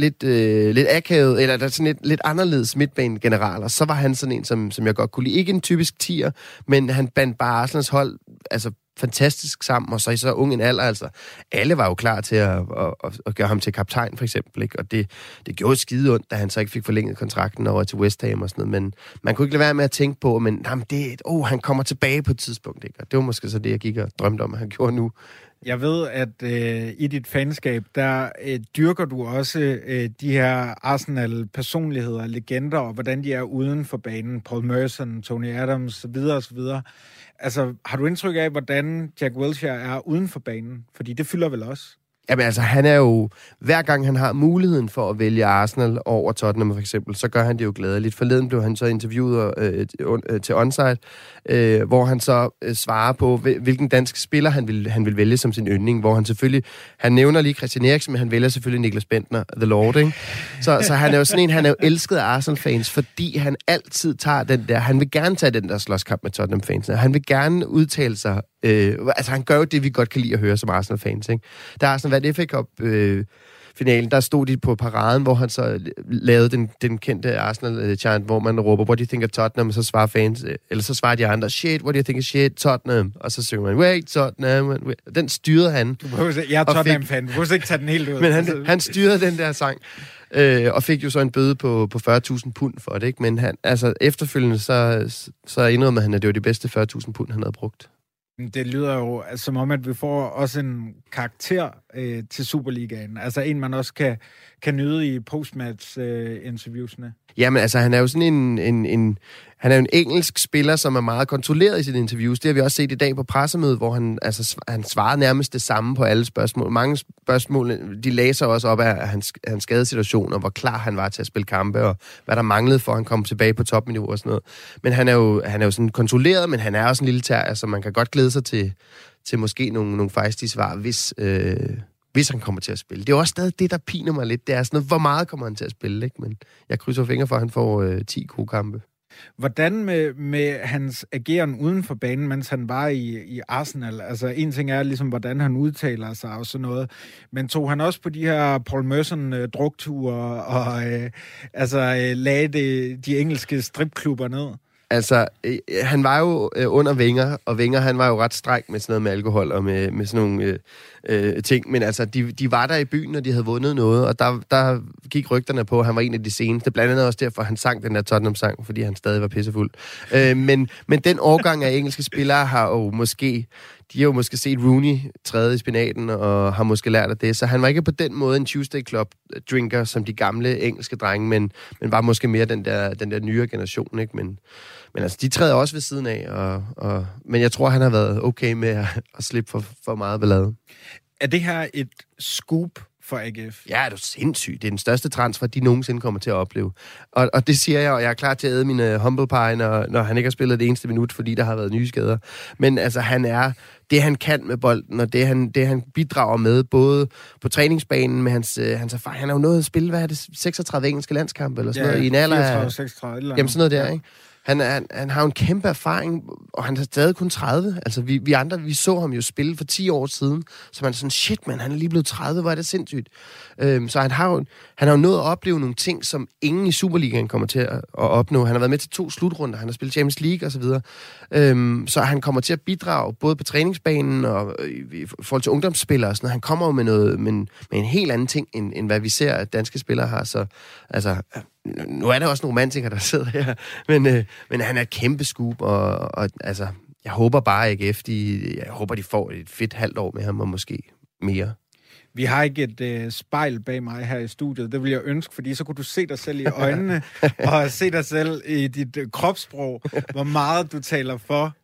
lidt akavet, eller der er sådan lidt anderledes midtbanegeneraler, så var han sådan en, som jeg godt kunne lide. Ikke en typisk 10'er, men han bandt bare Arsenals hold altså fantastisk sammen, og så i så ung en alder, altså. Alle var jo klar til at gøre ham til kaptajn, for eksempel, ikke? Og det gjorde skide ondt, da han så ikke fik forlænget kontrakten over til West Ham og sådan noget, men man kunne ikke lade være med at tænke på, men han kommer tilbage på et tidspunkt, ikke? Og det var måske så det, jeg gik og drømte om, at han gjorde nu. Jeg ved, at i dit fanskab, der dyrker du også de her Arsenal-personligheder, legender, og hvordan de er uden for banen. Paul Merson, Tony Adams, så videre og så videre. Altså, har du indtryk af, hvordan Jack Wilshere er uden for banen? Fordi det fylder vel også? Jamen altså, han er jo, hver gang han har muligheden for at vælge Arsenal over Tottenham for eksempel, så gør han det jo glædeligt. Forleden blev han så interviewet til Onsite, hvor han så svarer på, hvilken dansk spiller han vil vælge som sin yndling, hvor han selvfølgelig, han nævner lige Christian Eriksen, men han vælger selvfølgelig Niklas Bentner, The Lord, ikke? Så han er jo sådan en, han er jo elsket af Arsenal-fans, fordi han altid tager den der, han vil gerne tage den der slåskamp med Tottenham-fans, han vil gerne udtale sig, han gør jo det, vi godt kan lide at høre som Arsenal-fans, ikke? Der er sådan, hvad FA Cup finalen, der stod de på paraden, hvor han så lavede den kendte Arsenal-chant, hvor man råber, what do you think of Tottenham? Og så svarer fans, eller så svarer de andre, shit, what do you think of shit, Tottenham? Og så synger man, wait, Tottenham. Wait. Den styrede han. Jeg er Tottenham-fan, du behøver ikke tage den helt ud. Men han styrede den der sang, og fik jo så en bøde på 40.000 pund for det, ikke? Men han, altså efterfølgende, så indrømmer han, at det var de bedste 40.000 pund, han havde brugt. Det lyder jo som om, at vi får også en karakter til Superligaen. Altså en, man også kan nyde i postmatch-interviewsene. Jamen, altså, han er jo sådan han er en engelsk spiller, som er meget kontrolleret i sine interviews. Det har vi også set i dag på pressemødet, hvor han svarede nærmest det samme på alle spørgsmål. Mange spørgsmål, de læser også op af hans skadesituation, og hvor klar han var til at spille kampe, og hvad der manglede for, at han kom tilbage på topniveau og sådan noget. Men han er jo sådan kontrolleret, men han er også en lille terrier, så man kan godt glæde sig til måske nogle fejstige svar, hvis han kommer til at spille. Det er også stadig det, der piner mig lidt. Det er sådan noget, hvor meget kommer han til at spille, ikke? Men jeg krydser fingre for, at han får 10 gode kampe. Hvordan med hans ageren uden for banen, mens han var i Arsenal? Altså, en ting er ligesom, hvordan han udtaler sig og sådan noget. Men tog han også på de her Paul Merson-drukture og lagde de engelske stripklubber ned? Altså, han var jo under Wenger, og Wenger, han var jo ret streng med sådan noget med alkohol, og med sådan nogle ting. Men altså, de var der i byen, og de havde vundet noget, og der gik rygterne på, at han var en af de seneste. Blandt andet også derfor, han sang den der Tottenham-sang, fordi han stadig var pissefuld. Men den årgang af engelske spillere har jo måske... De har jo måske set Rooney træde i spinaten, og har måske lært af det. Så han var ikke på den måde en Tuesday Club-drinker, som de gamle engelske drenge, men var måske mere den der nyere generation, ikke? Men altså, de træder også ved siden af, men jeg tror, han har været okay med at slippe for meget ballade. Er det her et scoop for AGF? Ja, det er sindssygt. Det er den største transfer, de nogensinde kommer til at opleve. Og det siger jeg, og jeg er klar til at æde mine humble pie, når han ikke har spillet det eneste minut, fordi der har været nye skader. Men altså, han er det, han kan med bolden, og det han bidrager med, både på træningsbanen med hans erfaring. Han har jo nået at spille, hvad er det, 36 engelske landskampe, eller sådan noget, i en alder af... 36, jamen, sådan noget der, ikke? Han har jo en kæmpe erfaring, og han er stadig kun 30. Altså, vi andre, vi så ham jo spille for 10 år siden, så man er sådan, shit, man, han er lige blevet 30, hvor er det sindssygt. Så han har jo nået at opleve nogle ting, som ingen i Superligaen kommer til at opnå. Han har været med til 2 slutrunder, han har spillet Champions League og så videre. Så han kommer til at bidrage både på træningsbanen og i forhold til ungdomsspillere og sådan noget. Han kommer jo med en helt anden ting, end hvad vi ser, at danske spillere har. Så altså... Nu er der også nogle romantikere, der sidder her, men han er et kæmpe scoop, og altså, jeg håber bare, at AGF, jeg håber, de får et fedt halvt år med ham, og måske mere. Vi har ikke et spejl bag mig her i studiet. Det vil jeg ønske, fordi så kunne du se dig selv i øjnene, og se dig selv i dit kropssprog, hvor meget du taler for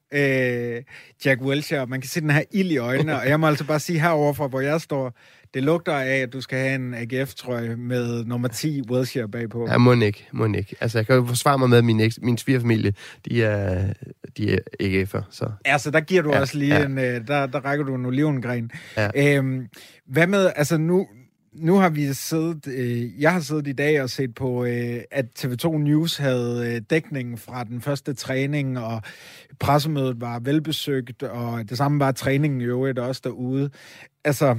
Jack Wilshere. Man kan se den her ild i øjnene, og jeg må altså bare sige heroverfra, hvor jeg står, det lugter af, at du skal have en AGF-trøje med nummer 10 Wilshere bagpå. Ja, må ikke. Altså, jeg kan jo forsvare mig med, min svigerfamilie, de er AGF'er, så... Altså, der giver du også lige en... Der rækker du en olivengren. Ja. Hvad med... Altså, nu har vi siddet... jeg har siddet i dag og set på, at TV2 News havde dækningen fra den første træning, og pressemødet var velbesøgt, og det samme var træningen i øvrigt også derude. Altså...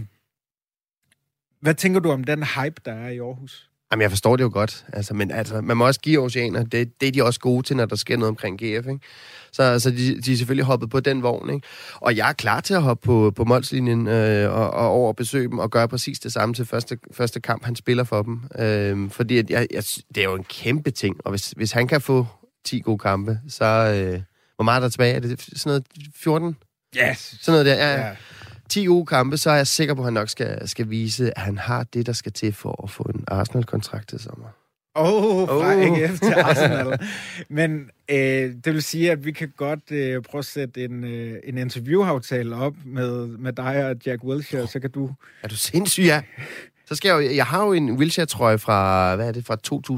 Hvad tænker du om den hype, der er i Aarhus? Jamen, jeg forstår det jo godt. Altså, men altså, man må også give Oceaner. Det er de også gode til, når der sker noget omkring GF, ikke? Så de er selvfølgelig hoppet på den vogn, ikke? Og jeg er klar til at hoppe på Molslinjen og over besøge dem og gøre præcis det samme til første kamp, han spiller for dem. Fordi det er jo en kæmpe ting. Og hvis han kan få 10 gode kampe, så... hvor meget er der tilbage? Er det sådan noget 14? Yes! Sådan noget der, ja. 10 gode kampe, så er jeg sikker på, at han nok skal vise, at han har det, der skal til for at få en Arsenal-kontrakt til sommer. Fra AGF til Arsenal. Men det vil sige, at vi kan godt prøve at sætte en interviewaftale op med dig og Jack Wilshere, så kan du... Er du sindssyg, ja? Så skal jeg har jo en Wilshere-trøje fra, hvad er det, fra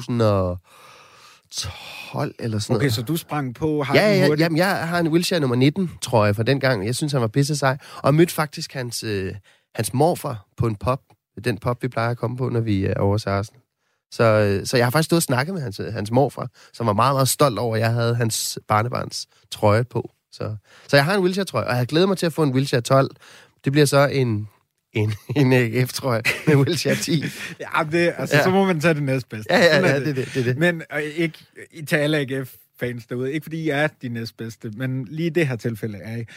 2012 eller sådan noget. Okay, så du sprang på... Jamen, jeg har en Wilshere nummer 19, tror jeg, fra den gang. Jeg synes, han var pisse sej. Og mødte faktisk hans morfar på en pub. Den pub, vi plejer at komme på, når vi er over til Arsenal. Så jeg har faktisk stået og snakket med hans morfar, som var meget, meget stolt over, at jeg havde hans barnebarns trøje på. Så jeg har en Wilshere-trøje, og jeg glæder mig til at få en Wilshere 12. Det bliver så en AGF-trøje med Wilshere 10. Så må man tage det næstbedste. Ja, det er det. Men ikke til alle AGF-fans derude. Ikke fordi I er de næstbedste, men lige i det her tilfælde er I.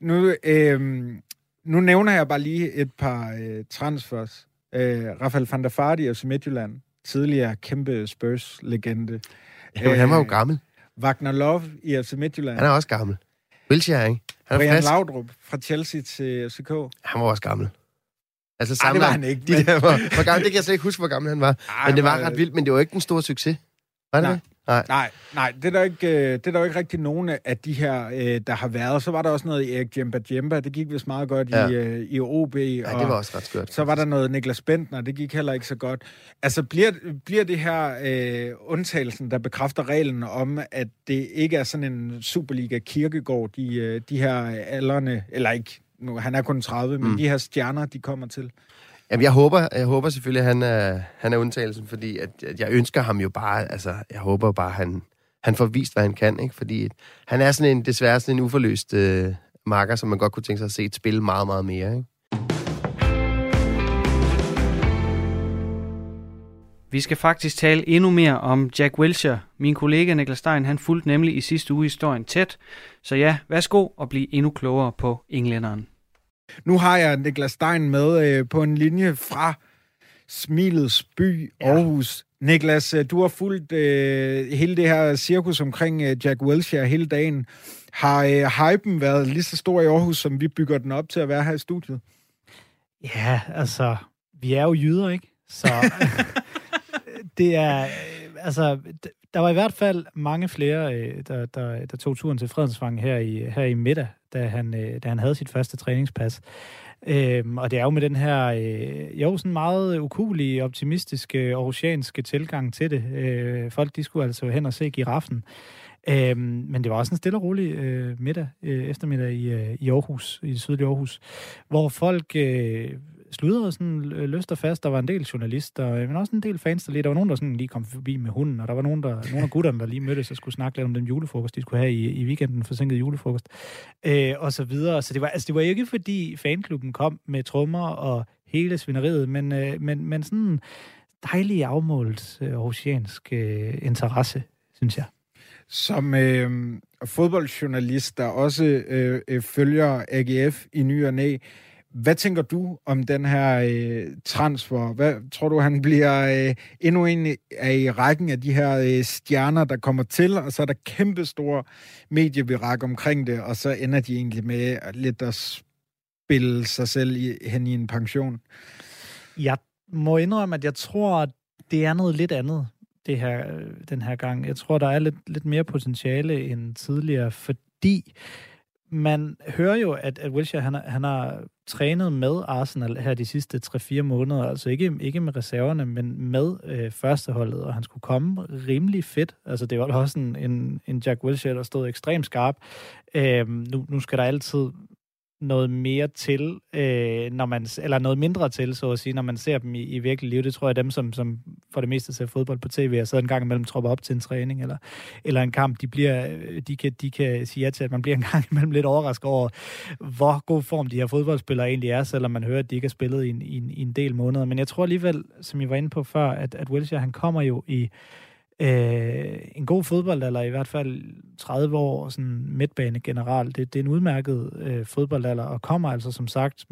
Nu nævner jeg bare lige et par transfers. Rafael van der Vaart i FC Midtjylland. Tidligere kæmpe Spurs-legende. Ja, han var jo gammel. Wagner Love i FC Midtjelland. Han er også gammel. Wilshere, ikke? Brian Laudrup fra Chelsea til FCK. Han var også gammel. Altså, det var han ikke. Hvor gammel, det kan jeg slet ikke huske, hvor gammel han var. Men det var ret vildt, men det var ikke en stor succes. Var det? Nej, det er der jo ikke rigtig nogen af de her, der har været. Så var der også noget i Erik Djemba. Det gik vist meget godt i OB. Ja, det var også ret skørt. Så var der noget Niklas Bentner, det gik heller ikke så godt. Altså, bliver det her undtagelsen, der bekræfter reglen om, at det ikke er sådan en Superliga-kirkegård, de her aldrene, eller ikke, nu, han er kun 30, men de her stjerner, de kommer til? Jamen, jeg håber selvfølgelig, at han er undtagelsen, fordi at jeg ønsker ham jo bare, altså, jeg håber bare, han får vist, hvad han kan, ikke? Fordi han er desværre sådan en uforløst marker, som man godt kunne tænke sig at se et spil meget, meget mere, ikke? Vi skal faktisk tale endnu mere om Jack Wilshere. Min kollega Niklas Stein, han fulgte nemlig i sidste uge historien tæt. Så ja, værsgo og bliv endnu klogere på englænderen. Nu har jeg Niklas Stein med på en linje fra Smilets by, Aarhus. Ja. Niklas, du har fulgt hele det her cirkus omkring Jack Wilshere hele dagen. Har hypen været lige så stor i Aarhus, som vi bygger den op til at være her i studiet? Ja, altså, vi er jo jyder, ikke? Så det er, altså, der var i hvert fald mange flere, der tog turen til Fredensvang her i middag, da han havde sit første træningspas. Og det er jo med den her, sådan meget ukuelige, optimistiske, aarhusianske tilgang til det. Folk, de skulle altså hen og se giraffen. Men det var også en stille og rolig eftermiddag i Aarhus, i det sydlige Aarhus, hvor folk sludrede sådan løst og fast. Der var en del journalister, men også en del fans, der var nogen, der sådan lige kom forbi med hunden, og der var nogle af gutterne, der lige mødtes og skulle snakke lidt om den julefrokost, de skulle have i weekenden, forsinket julefrokost, og så videre. Så det var ikke fordi fanklubben kom med trommer og hele svineriet, men sådan en dejlig afmålt aarhusiansk interesse, synes jeg. Som fodboldjournalist, der også følger AGF i ny og næ, hvad tænker du om den her transfer? Hvad tror du, han bliver endnu en af i rækken af de her stjerner, der kommer til, og så er der kæmpe store medievirak omkring det, og så ender de egentlig med lidt at spille sig selv hen i en pension? Jeg må indrømme, at jeg tror, det er noget lidt andet den her gang. Jeg tror, der er lidt mere potentiale end tidligere, fordi man hører jo, at Wilshere, han har trænet med Arsenal her de sidste 3-4 måneder, altså ikke med reserverne, men med førsteholdet, og han skulle komme rimelig fedt. Altså det var også en Jack Wilshere, der stod ekstremt skarp. Nu skal der altid noget mere til, eller noget mindre til, så at sige, når man ser dem i virkelig liv. Det tror jeg, dem, som for det meste ser fodbold på tv, og så en gang imellem tropper op til en træning, eller en kamp, de kan sige ja til, at man bliver en gang imellem lidt overrasket over, hvor god form de her fodboldspillere egentlig er, selvom man hører, at de ikke har spillet i en del måneder. Men jeg tror alligevel, som jeg var inde på før, at Wilshere, han kommer jo i en god fodbold, eller i hvert fald 30 år, sådan midtbane generelt. Det er en udmærket fodboldalder, og kommer altså som sagt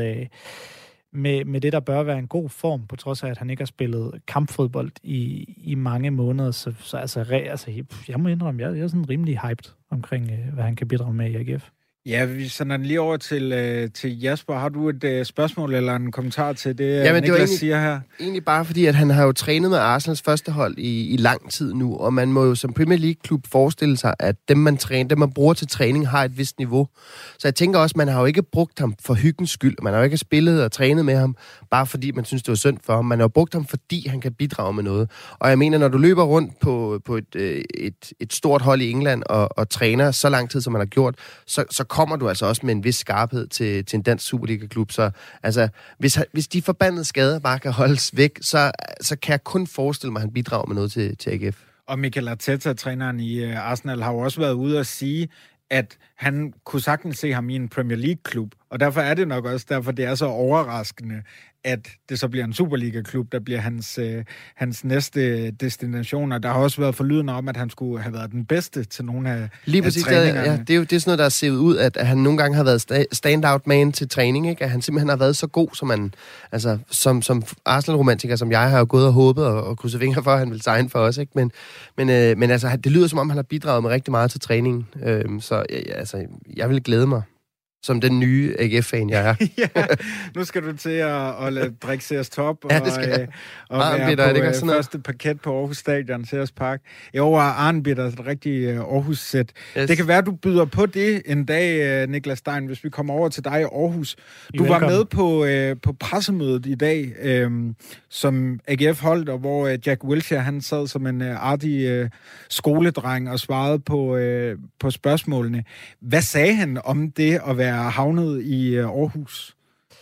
med det, der bør være en god form, på trods af, at han ikke har spillet kampfodbold i mange måneder. Så jeg må indrømme, jeg er sådan rimelig hyped omkring, hvad han kan bidrage med i AGF. Ja, vi sender den lige over til Jasper. Har du et spørgsmål eller en kommentar til det, Niklas siger her? Egentlig bare fordi, at han har jo trænet med Arsenals første hold i lang tid nu, og man må jo som Premier League-klub forestille sig, at dem man bruger til træning, har et vist niveau. Så jeg tænker også, man har jo ikke brugt ham for hyggens skyld. Man har jo ikke spillet og trænet med ham, bare fordi man synes, det var synd for ham. Man har jo brugt ham, fordi han kan bidrage med noget. Og jeg mener, når du løber rundt på et stort hold i England og træner så lang tid, som man har gjort, så kommer du altså også med en vis skarphed til en dansk Superliga-klub. Så altså, hvis de forbandede skader bare kan holdes væk, så kan jeg kun forestille mig, at han bidrager med noget til AGF. Og Mikel Arteta, træneren i Arsenal, har jo også været ude at sige, at han kunne sagtens se ham i en Premier League-klub. Og derfor er det nok også derfor, det er så overraskende, at det så bliver en Superliga-klub, der bliver hans næste destination. Og der har også været forlydende om, at han skulle have været den bedste til nogle af lige præcis, træningerne. Ja, det er sådan noget, der er set ud, at han nogle gange har været stand-out man til træning, ikke? At han simpelthen har været så god, som man, altså, som Arsenal-romantiker, som jeg har jo gået og håbet og krydset fingre for, at han vil signe for os, ikke? Men altså, det lyder som om, han har bidraget med rigtig meget til træningen. Så jeg vil glæde mig. Som den nye AGF-fan, jeg er. Ja, nu skal du til at drikke Sears Top og være på første parket på Aarhus Stadion, Sears Park. Jo, Arnbitter, et rigtig Aarhus-sæt. Yes. Det kan være, du byder på det en dag, Niklas Stein, hvis vi kommer over til dig i Aarhus. Du var med på pressemødet i dag, som AGF holdt, og hvor Jack Wilshere, han sad som en artig skoledreng og svarede på spørgsmålene. Hvad sagde han om det at være havnet i Aarhus?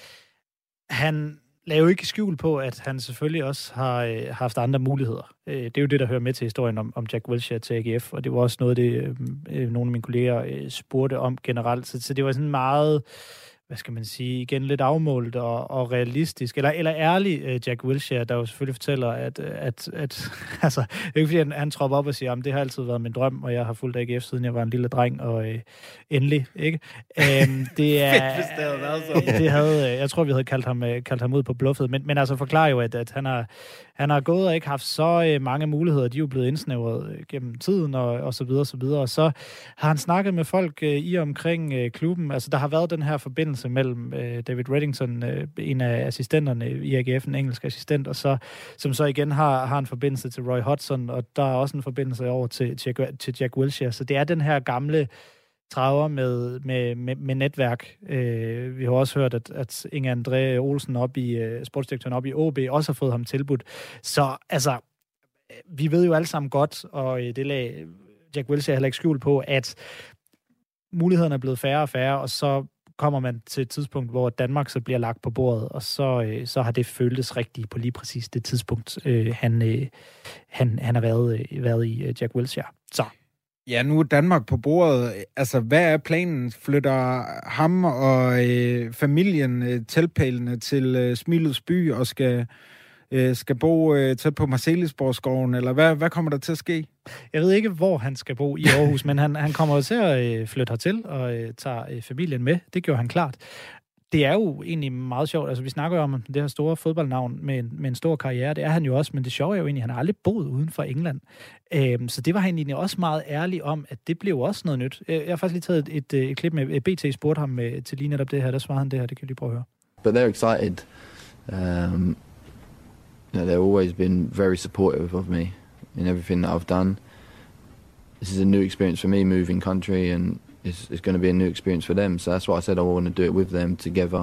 Han lagde jo ikke skjul på, at han selvfølgelig også har haft andre muligheder. Det er jo det, der hører med til historien om Jack Wilshere til AGF, og det var også noget, det nogle af mine kolleger spurgte om generelt. Så det var sådan meget hvad skal man sige, igen lidt afmålt og realistisk, eller ærlig Jack Wilshere, der jo selvfølgelig fortæller, at altså, det er ikke fordi, han tropper op og siger, at det har altid været min drøm, og jeg har fulgt AGF, siden jeg var en lille dreng, og endelig, ikke? Det er... Fedt, hvis det havde været sådan. Det havde, jeg tror, vi havde kaldt ham ud på bluffet, men altså forklarer jo, at han har gået og ikke haft så mange muligheder, de er jo blevet indsnævret gennem tiden, og så videre, så videre, og så har han snakket med folk i omkring klubben, altså der har været den her forbindelse mellem David Reddington, en af assistenterne i AGF, en engelsk assistent, og så, som så igen har en forbindelse til Roy Hodgson, og der er også en forbindelse over til Jack Wilshere. Så det er den her gamle traver med netværk. Vi har også hørt, at Inge André Olsen sportsdirektøren op i OB, også har fået ham tilbudt. Så altså, vi ved jo alle sammen godt, og det lagde Jack Wilshere heller ikke skjul på, at mulighederne er blevet færre og færre, og så kommer man til et tidspunkt, hvor Danmark så bliver lagt på bordet, og så har det føltes rigtigt på lige præcis det tidspunkt, han har været i, Jack Wilshere. Så. Ja, nu er Danmark på bordet. Altså, hvad er planen? Flytter ham og familien teltpælene til Smilets by og skal bo tæt på Marselisborgskoven, eller hvad kommer der til at ske? Jeg ved ikke, hvor han skal bo i Aarhus, men han kommer jo til at flytte hertil og tager familien med. Det gjorde han klart. Det er jo egentlig meget sjovt. Altså, vi snakker jo om det her store fodboldnavn med en stor karriere. Det er han jo også, men det sjove er jo egentlig, at han har aldrig boet uden for England. Så det var han egentlig også meget ærlig om, at det blev også noget nyt. Jeg har faktisk lige taget et klip med BT spurgte ham til lige netop det her. Der svarede han det her. Det kan vi lige prøve at høre. But they're excited. They've always been very supportive of me in everything that I've done. This is a new experience for me, moving country, and it's going to be a new experience for them. So that's why I said I want to do it with them together.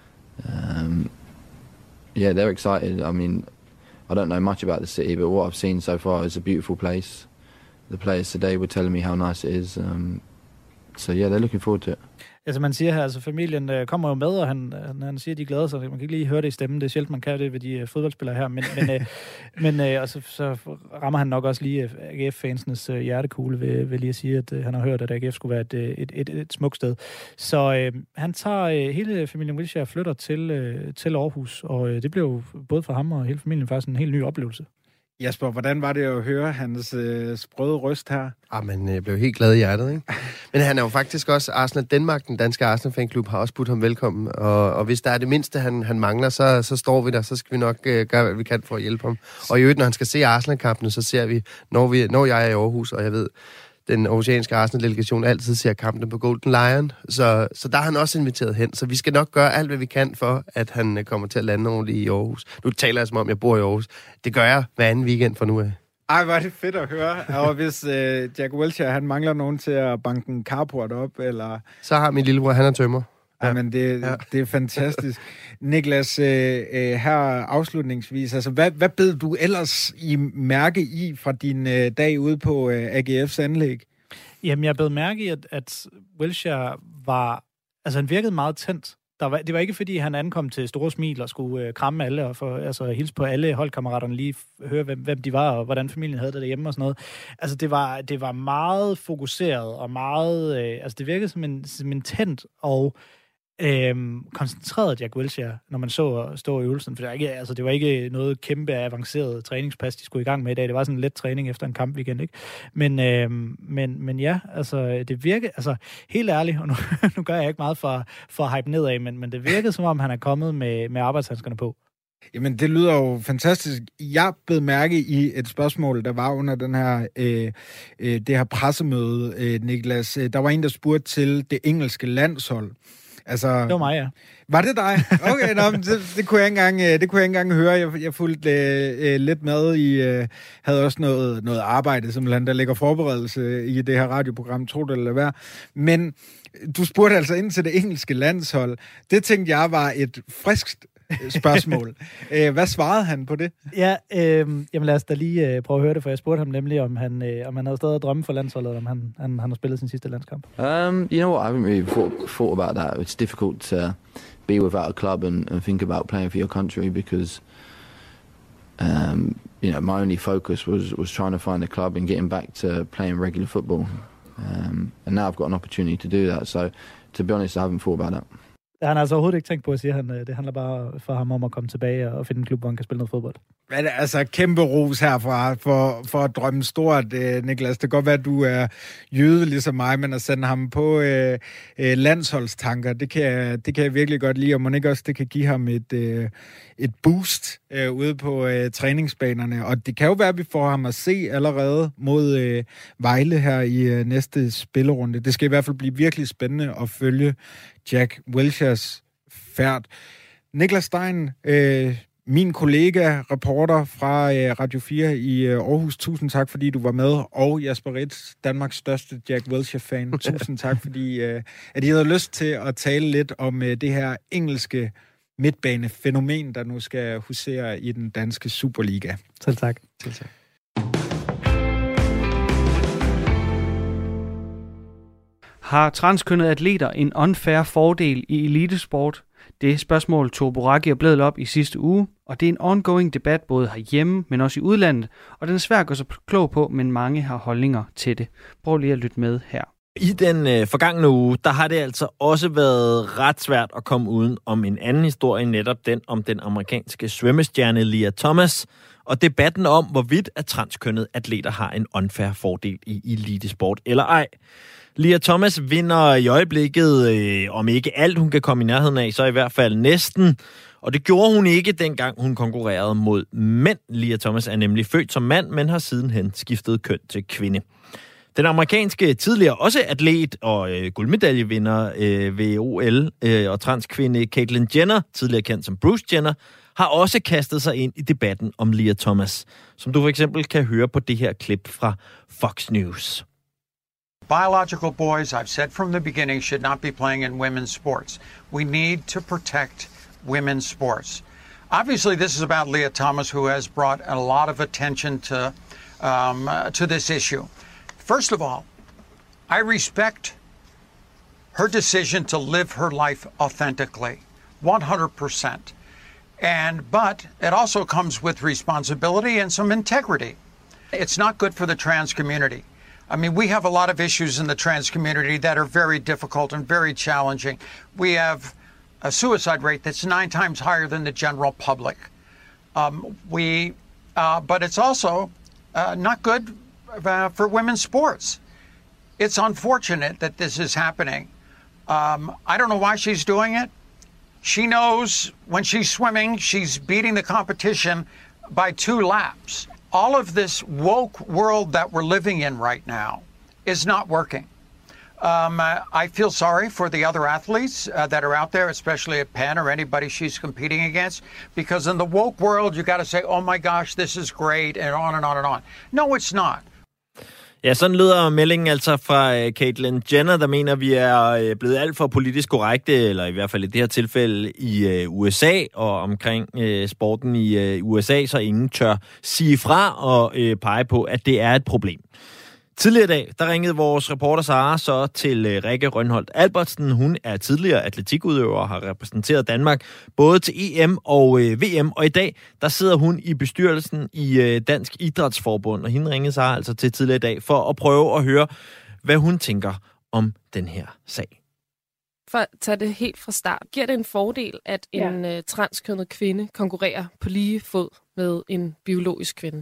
Yeah, they're excited. I mean, I don't know much about the city, but what I've seen so far is a beautiful place. The players today were telling me how nice it is. So yeah, they're looking forward to it. Altså man siger her, altså familien kommer jo med, og han siger, at de glæder sig. Man kan ikke lige høre det i stemmen. Det er sjældent, man kan det ved de fodboldspillere her. Men og så rammer han nok også lige AGF-fansenes hjertekugle ved lige at sige, at han har hørt, at AGF skulle være et smukt sted. Så han tager hele familien Wilshere og flytter til Aarhus, og det blev jo både for ham og hele familien faktisk en helt ny oplevelse. Jasper, hvordan var det at høre hans sprøde røst her? Men jeg blev helt glad i hjertet, ikke? Men han er jo faktisk også Arsenal Danmark, den danske Arsenal-fanklub, har også budt ham velkommen. Og hvis der er det mindste, han mangler, så står vi der. Så skal vi nok gøre, hvad vi kan for at hjælpe ham. Og i øvrigt, når han skal se Arsenal-kampene, så ser vi, når jeg er i Aarhus, og jeg ved, den aarhusianske Arsenal-delegation altid ser kampene på Golden Lion. Så der er han også inviteret hen. Så vi skal nok gøre alt, hvad vi kan for, at han kommer til at lande ordentligt i Aarhus. Nu taler jeg som om, jeg bor i Aarhus. Det gør jeg hver anden weekend fra nu af. Ej, hvor er det fedt at høre. Og hvis Jack Wilshere, han mangler nogen til at banke en carport op, eller... Så har min lillebror, han er tømmer. Ja. Jamen, det er fantastisk. Niklas, her afslutningsvis, altså, hvad bed du ellers mærke i fra din dag ude på AGF's anlæg? Jamen, jeg bed mærke i, at Wilshere var... Altså, han virkede meget tændt. Det var ikke, fordi han ankom til store smil og skulle kramme alle og hilse på alle holdkammeraterne, lige høre, hvem de var og hvordan familien havde det derhjemme og sådan noget. Altså, det var meget fokuseret og meget... det virkede som en tændt og koncentreret Jack Wilshere, når man så stå i øvelsen. For det var ikke noget kæmpe avanceret træningspas, de skulle i gang med i dag. Det var sådan en let træning efter en kampweekend, ikke? Men ja, altså det virkede, altså helt ærligt, og nu gør jeg ikke meget for at hype nedad, men det virkede som om, han er kommet med arbejdshandskerne på. Jamen, det lyder jo fantastisk. Jeg bed mærke i et spørgsmål, der var under den her, det her pressemøde, Niklas. Der var en, der spurgte til det engelske landshold. Altså, det var mig, ja. Var det dig? Okay, det kunne jeg ikke engang høre. Jeg fulgte lidt med i, havde også noget arbejde, simpelthen, der ligger forberedelse i det her radioprogram, tro det eller hvad. Men du spurgte altså ind til det engelske landshold. Det tænkte jeg var et friskt spørgsmål. Hvad svarede han på det? Ja, jamen lad os da lige prøve at høre det, for jeg spurgte ham nemlig, om han havde stadig drømme for landsholdet, om han har spillet sin sidste landskamp. You know what, I haven't really thought about that. It's difficult to be without a club and think about playing for your country because my only focus was trying to find a club and getting back to playing regular football. And now I've got an opportunity to do that. So to be honest, I haven't thought about that. Det har han altså overhovedet ikke tænkt på at sige. Det handler bare for ham om at komme tilbage og finde en klub, hvor han kan spille noget fodbold. Men altså, kæmpe ros herfra for at drømme stort, Niklas. Det kan godt være, at du er jøde ligesom mig, men at sende ham på landsholdstanker, det kan jeg virkelig godt lide, og må ikke også, det kan give ham et boost ude på træningsbanerne. Og det kan jo være, at vi får ham at se allerede mod Vejle her i næste spillerunde. Det skal i hvert fald blive virkelig spændende at følge Jack Wilsheres færd. Niklas Stein, min kollega, reporter fra Radio 4 i Aarhus, tusind tak, fordi du var med. Og Jasper Ritz, Danmarks største Jack Wilshere-fan. Tusind tak, fordi at I havde lyst til at tale lidt om det her engelske midtbanefænomen, der nu skal husere i den danske Superliga. Selv tak. Selv tak. Har transkønnede atleter en unfair fordel i elitesport? Det spørgsmål tog Boracchi og Blædel op i sidste uge, og det er en ongoing debat både herhjemme, men også i udlandet, og den er svær at gå så klog på, men mange har holdninger til det. Prøv lige at lytte med her. I den forgangne uge, der har det altså også været ret svært at komme uden om en anden historie, netop den om den amerikanske svømmestjerne Lia Thomas, og debatten om, hvorvidt at transkønnede atleter har en unfair fordel i elitesport eller ej. Lia Thomas vinder i øjeblikket, om ikke alt hun kan komme i nærheden af, så i hvert fald næsten. Og det gjorde hun ikke, dengang hun konkurrerede mod mænd. Lia Thomas er nemlig født som mand, men har sidenhen skiftet køn til kvinde. Den amerikanske tidligere også atlet og guldmedaljevinder ved OL og transkvinde Caitlyn Jenner, tidligere kendt som Bruce Jenner, har også kastet sig ind i debatten om Lia Thomas, som du for eksempel kan høre på det her klip fra Fox News. Biological boys, I've said from the beginning, should not be playing in women's sports. We need to protect women's sports. Obviously, this is about Lia Thomas, who has brought a lot of attention to this issue. First of all, I respect her decision to live her life authentically, 100%. But it also comes with responsibility and some integrity. It's not good for the trans community. I mean, we have a lot of issues in the trans community that are very difficult and very challenging. We have a suicide rate that's 9 times higher than the general public. But it's also not good for women's sports. It's unfortunate that this is happening. I don't know why she's doing it. She knows when she's swimming, she's beating the competition by 2 laps. All of this woke world that we're living in right now is not working. I feel sorry for the other athletes that are out there, especially at Penn or anybody she's competing against, because in the woke world, you got to say, oh my gosh, this is great, and on and on and on. No, it's not. Ja, sådan lyder meldingen altså fra Caitlyn Jenner, der mener, vi er blevet alt for politisk korrekte, eller i hvert fald i det her tilfælde i USA og omkring sporten i USA, så ingen tør sige fra og pege på, at det er et problem. Tidligere i dag, der ringede vores reporter Sara så til Rikke Rønholdt Albertsen. Hun er tidligere atletikudøver og har repræsenteret Danmark både til EM og VM. Og i dag, der sidder hun i bestyrelsen i Dansk Idrætsforbund. Og hende ringede Sara altså til tidligere i dag for at prøve at høre, hvad hun tænker om den her sag. For at tage det helt fra start, giver det en fordel, at en transkønnet kvinde konkurrerer på lige fod med en biologisk kvinde?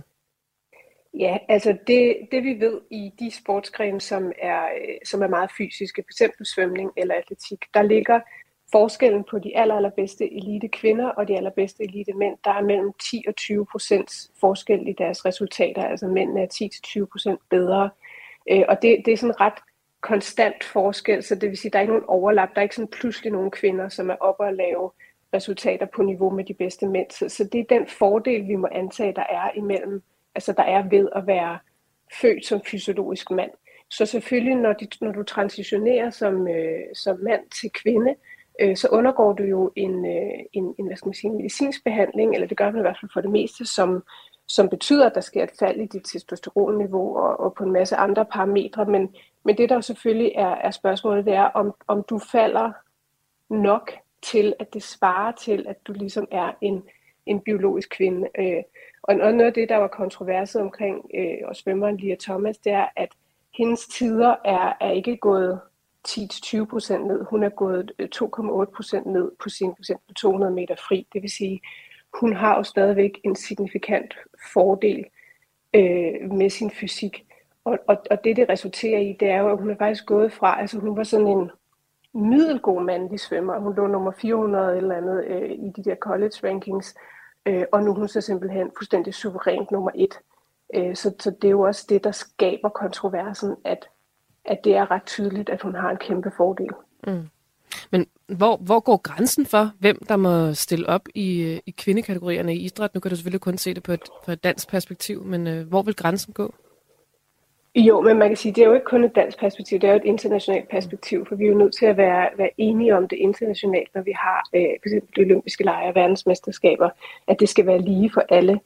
Ja, altså det vi ved i de sportsgrene, som er meget fysiske, f.eks. svømning eller atletik, der ligger forskellen på de allerbedste elite kvinder og de allerbedste elite mænd, der er mellem 10 og 20% forskel i deres resultater, altså mændene er 10-20% bedre. Og det er sådan en ret konstant forskel, så det vil sige, at der er ikke nogen overlap, der er ikke sådan pludselig nogle kvinder, som er oppe og lave resultater på niveau med de bedste mænd. Så det er den fordel, vi må antage, der er imellem, altså der er ved at være født som fysiologisk mand. Så selvfølgelig, når du transitionerer som mand til kvinde, så undergår du jo en hvad skal man sige, medicinsk behandling, eller det gør man i hvert fald for det meste, som betyder, at der sker et fald i dit testosteronniveau og på en masse andre parametre. Men det, der jo selvfølgelig er spørgsmålet, det er, om du falder nok til, at det svarer til, at du ligesom er en biologisk kvinde. Og noget af det, der var kontroverset omkring og svømmeren Lia Thomas, det er, at hendes tider er ikke gået 10-20% ned. Hun er gået 2,8% ned på sin for eksempel 200 meter fri. Det vil sige, hun har jo stadigvæk en signifikant fordel med sin fysik. Og det resulterer i, det er jo, at hun er faktisk gået fra, altså hun var sådan en middelgod mandlig svømmer. Hun lå nummer 400 eller andet i de der college rankings, og nu er hun så simpelthen fuldstændig suverænt nummer 1. Så det er jo også det, der skaber kontroversen, at det er ret tydeligt, at hun har en kæmpe fordel. Mm. Men hvor går grænsen for, hvem der må stille op i kvindekategorierne i idræt? Nu kan du selvfølgelig kun se det på et dansk perspektiv, men hvor vil grænsen gå? Jo, men man kan sige, det er jo ikke kun et dansk perspektiv, det er jo et internationalt perspektiv, for vi er jo nødt til at være enige om det internationalt, når vi har for eksempel de olympiske lege og verdensmesterskaber, at det skal være lige for alle.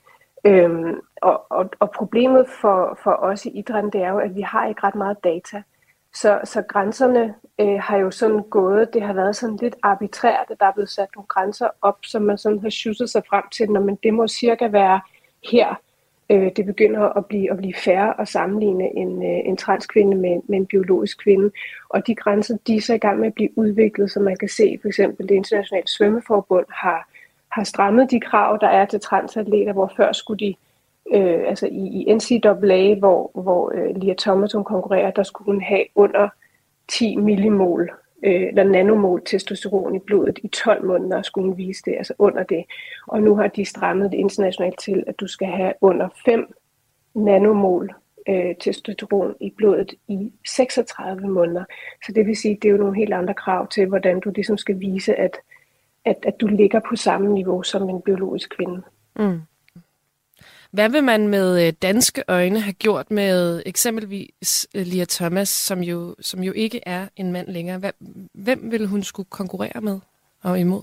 Og problemet for os i idrætten, det er jo, at vi har ikke ret meget data. Så grænserne har jo sådan gået, det har været sådan lidt arbitrært, at der er blevet sat nogle grænser op, som man sådan har sjusset sig frem til, når det må cirka være her. Det begynder at blive fair at sammenligne en transkvinde med en biologisk kvinde. Og de grænser, de er så i gang med at blive udviklet, så man kan se, for eksempel det internationale svømmeforbund har strammet de krav, der er til transatleter, hvor før skulle de, altså i NCAA, hvor Lia Thomas konkurrerer, der skulle hun have under 10 millimol eller nanomol testosteron i blodet i 12 måneder, skulle hun vise det, altså under det. Og nu har de strammet det internationalt til, at du skal have under 5 nanomol testosteron i blodet i 36 måneder. Så det vil sige, at det er jo nogle helt andre krav til, hvordan du ligesom skal vise, at du ligger på samme niveau som en biologisk kvinde. Mm. Hvad vil man med danske øjne have gjort med eksempelvis Lia Thomas, som jo ikke er en mand længere? Hvem ville hun skulle konkurrere med og imod?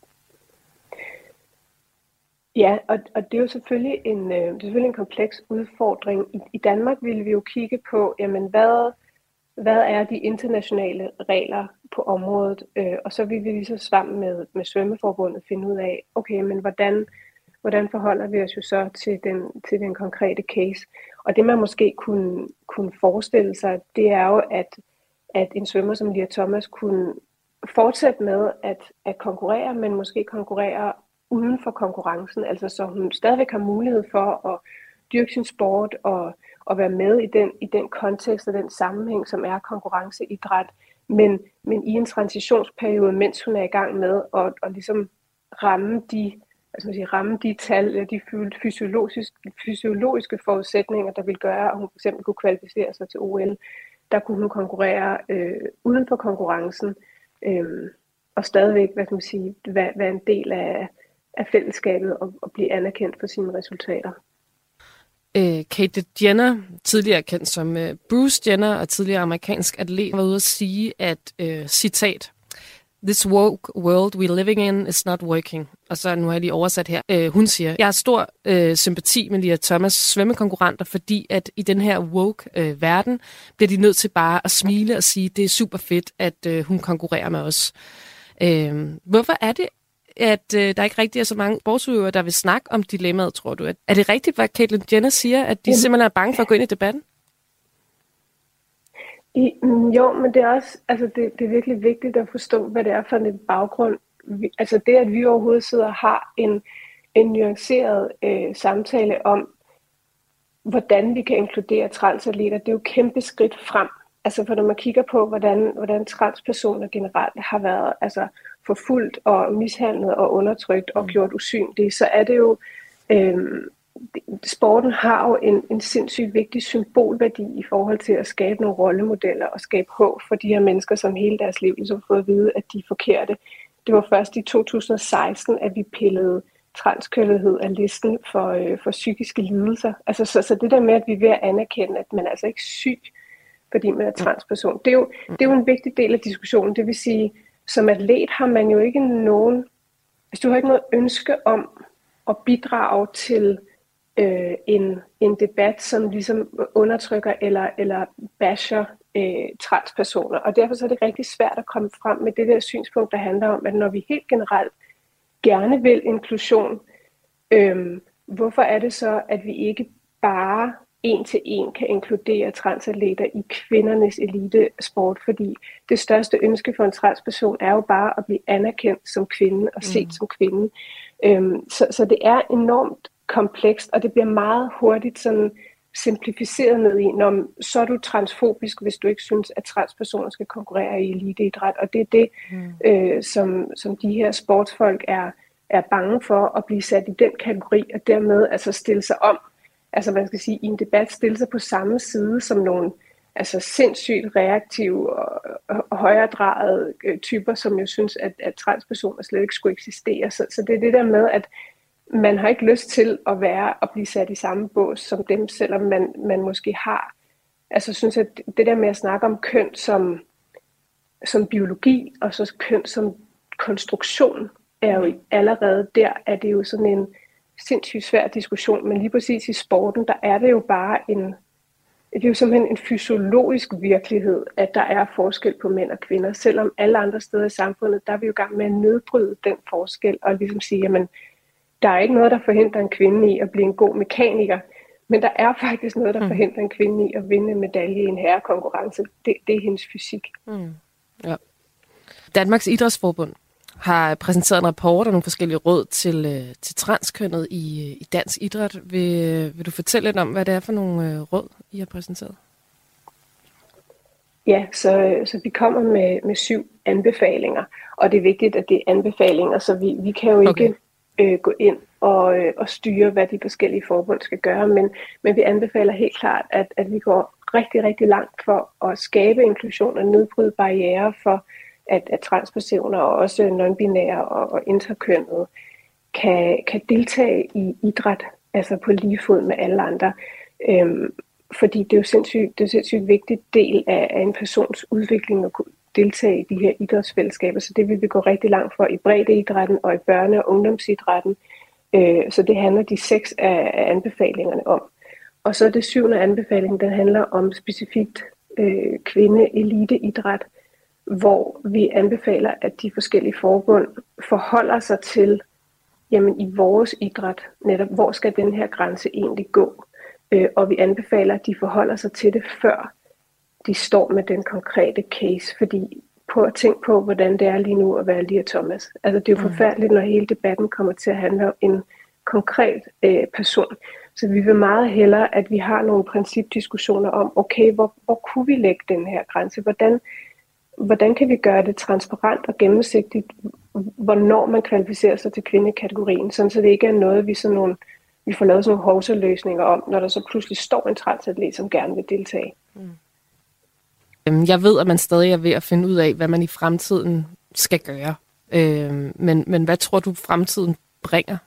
Ja, og det er jo selvfølgelig en kompleks udfordring. I Danmark ville vi jo kigge på, jamen hvad er de internationale regler på området? Og så vil vi lige så sammen med Svømmeforbundet finde ud af, okay, men hvordan forholder vi os jo så til den konkrete case? Og det man måske kunne forestille sig, det er jo, at en svømmer som Lia Thomas kunne fortsætte med at konkurrere, men måske konkurrere uden for konkurrencen, altså så hun stadigvæk har mulighed for at dyrke sin sport og være med i den kontekst og den sammenhæng, som er konkurrenceidræt, men i en transitionsperiode, mens hun er i gang med at ligesom ramme de tal, eller de fysiologiske forudsætninger, der vil gøre, at hun f.eks. kunne kvalificere sig til OL. Der kunne hun konkurrere uden for konkurrencen, og stadigvæk, være en del af fællesskabet og blive anerkendt for sine resultater. Caitlyn Jenner, tidligere kendt som Bruce Jenner og tidligere amerikansk atlet, var ude at sige, at, citat, "This woke world we're living in is not working." Og så nu har jeg lige oversat her. Hun siger, jeg har stor sympati med Lia Thomas' svømmekonkurrenter, fordi at i den her woke verden, bliver de nødt til bare at smile og sige, det er super fedt, at hun konkurrerer med os. Hvorfor er det, at der ikke rigtig er så mange sportsudøvere, der vil snakke om dilemmaet, tror du? Er det rigtigt, hvad Caitlyn Jenner siger, at de simpelthen er bange for at gå ind i debatten? Jo, men det er også, altså det er virkelig vigtigt at forstå, hvad det er for en baggrund. Altså det, at vi overhovedet sidder og har en nuanceret samtale om, hvordan vi kan inkludere transatleter, det er jo kæmpe skridt frem. Altså for når man kigger på, hvordan transpersoner generelt har været forfulgt og mishandlet og undertrykt og gjort usynlige, så er det jo, sporten har jo en sindssygt vigtig symbolværdi i forhold til at skabe nogle rollemodeller og skabe håb for de her mennesker, som hele deres liv ligesom har fået at vide, at de er forkerte. Det var først i 2016, at vi pillede transkønnethed af listen for psykiske lidelser. Altså så det der med, at vi er ved at anerkende, at man altså ikke er syg, fordi man er transperson. Det er jo en vigtig del af diskussionen. Det vil sige, som atlet har man jo ikke du har ikke noget ønske om at bidrage til en debat, som ligesom undertrykker eller basher transpersoner. Og derfor så er det rigtig svært at komme frem med det der synspunkt, der handler om, at når vi helt generelt gerne vil inklusion, hvorfor er det så, at vi ikke bare 1-til-1 kan inkludere transatleter i kvindernes elitesport, fordi det største ønske for en transperson er jo bare at blive anerkendt som kvinde og set som kvinde. Så det er enormt komplekst, og det bliver meget hurtigt sådan simplificeret ned i, når så er du transfobisk, hvis du ikke synes, at transpersoner skal konkurrere i eliteidræt, og det er det, som de her sportsfolk er bange for at blive sat i den kategori, og dermed altså stille sig om, altså man skal sige, i en debat stille sig på samme side som nogle altså sindssygt reaktive og højredrejede typer, som jo synes, at transpersoner slet ikke skulle eksistere. Så det er det der med, at man har ikke lyst til at blive sat i samme bås som dem, selvom man måske har. Altså synes, at det der med at snakke om køn som biologi, og så køn som konstruktion, er jo allerede der, er det jo sådan en sindssygt svær diskussion, men lige præcis i sporten, der er det jo bare det er jo simpelthen en fysiologisk virkelighed, at der er forskel på mænd og kvinder, selvom alle andre steder i samfundet, der er vi jo i gang med at nedbryde den forskel, og ligesom sige, jamen, der er ikke noget, der forhindrer en kvinde i at blive en god mekaniker, men der er faktisk noget, der forhindrer en kvinde i at vinde en medalje i en herrekonkurrence. Det er hendes fysik. Ja. Danmarks Idrætsforbund har præsenteret en rapport og nogle forskellige råd til transkønnet i dansk idræt. Vil du fortælle lidt om, hvad det er for nogle råd, I har præsenteret? Ja, så vi kommer med 7 anbefalinger, og det er vigtigt, at det er anbefalinger, så vi kan jo ikke gå ind og styre, hvad de forskellige forbund skal gøre, men vi anbefaler helt klart, at vi går rigtig, rigtig langt for at skabe inklusion og nedbryde barrierer for, at transpersoner og også non-binære og interkønnede kan deltage i idræt, altså på lige fod med alle andre. Fordi det er jo sindssygt vigtig del af en persons udvikling at kunne deltage i de her idrætsfællesskaber, så det vil vi gå rigtig langt for i breddeidrætten og i børne- og ungdomsidrætten. Så det handler de 6 af anbefalingerne om. Og så det 7. anbefaling, den handler om specifikt kvinde-eliteidræt, hvor vi anbefaler, at de forskellige forbund forholder sig til, jamen i vores idræt, netop hvor skal den her grænse egentlig gå? Og vi anbefaler, at de forholder sig til det, før de står med den konkrete case, fordi at tænke på, hvordan det er lige nu at være Lia Thomas. Altså det er jo forfærdeligt, når hele debatten kommer til at handle om en konkret person. Så vi vil meget hellere, at vi har nogle principdiskussioner om, okay, hvor kunne vi lægge den her grænse? Hvordan kan vi gøre det transparent og gennemsigtigt, hvornår man kvalificerer sig til kvindekategorien, sådan så det ikke er noget, vi får lavet sådan nogle hovsaløsninger om, når der så pludselig står en transatlet, som gerne vil deltage. Jeg ved, at man stadig er ved at finde ud af, hvad man i fremtiden skal gøre. Men hvad tror du, fremtiden bringer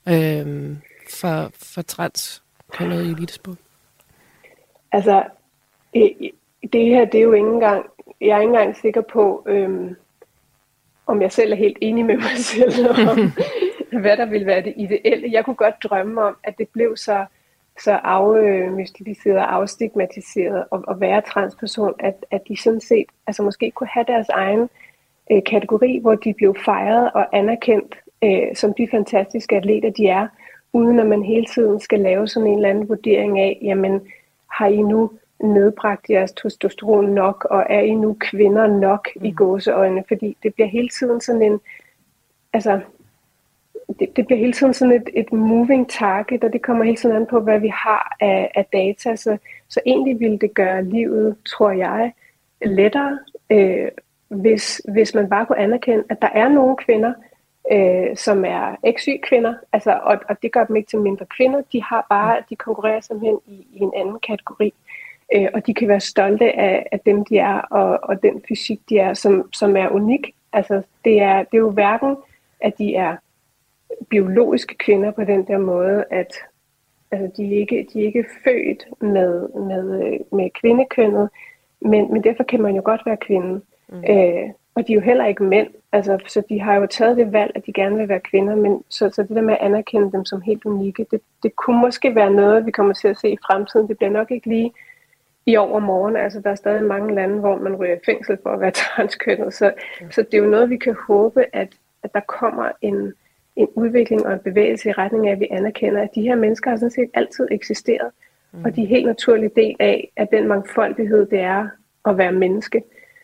for transkønnet i elitesport? Altså, det her, det er jo ikke engang... Jeg er ikke engang sikker på, om jeg selv er helt enig med mig selv om, hvad der vil være det ideelle. Jeg kunne godt drømme om, at det blev så afmystificeret og afstigmatiseret at være transperson, at de sådan set altså måske kunne have deres egen kategori, hvor de blev fejret og anerkendt som de fantastiske atleter, de er, uden at man hele tiden skal lave sådan en eller anden vurdering af, jamen har I nu nedbragt jeres testosteron nok, og er I nu kvinder nok i gåseøjne, fordi det bliver hele tiden sådan en, altså det bliver hele tiden sådan et moving target, og det kommer hele tiden an på, hvad vi har af data, så egentlig ville det gøre livet, tror jeg, lettere, hvis man bare kunne anerkende, at der er nogle kvinder, som er XY-kvinder, altså, og det gør dem ikke til mindre kvinder, de konkurrerer simpelthen i en anden kategori, og de kan være stolte af dem, de er, og den fysik, de er, som er unik. Altså, det er jo hverken, at de er biologiske kvinder på den der måde, at altså, de er ikke født med kvindekønnet, men derfor kan man jo godt være kvinde. Og de er jo heller ikke mænd, altså, så de har jo taget det valg, at de gerne vil være kvinder, men så det der med at anerkende dem som helt unikke, det kunne måske være noget, vi kommer til at se i fremtiden. Det bliver nok ikke lige i overmorgen. Altså, der er stadig mange lande, hvor man ryger i fængsel for at være transkønnet, så det er jo noget, vi kan håbe, at der kommer en udvikling og en bevægelse i retning af, at vi anerkender, at de her mennesker har sådan set altid eksisteret, Og de er helt naturlig del af den mangfoldighed, det er at være menneske.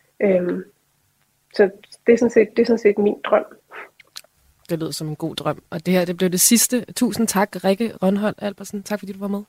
Så det er sådan set min drøm. Det lyder som en god drøm. Og det her, det blev det sidste. Tusind tak, Rikke Rønholt Albertsen. Tak fordi du var med.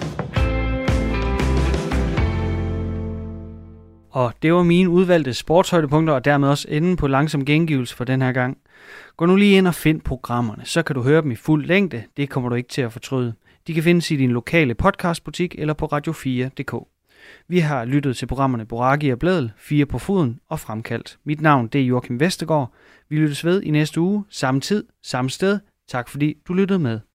Og det var mine udvalgte sportshøjdepunkter, og dermed også enden på langsom gengivelse for den her gang. Gå nu lige ind og find programmerne, så kan du høre dem i fuld længde. Det kommer du ikke til at fortryde. De kan findes i din lokale podcastbutik eller på radio4.dk. Vi har lyttet til programmerne Boraghi og Blædel, 4 på foden og Fremkaldt. Mit navn det er Joachim Vestergaard. Vi lyttes ved i næste uge, samme tid, samme sted. Tak fordi du lyttede med.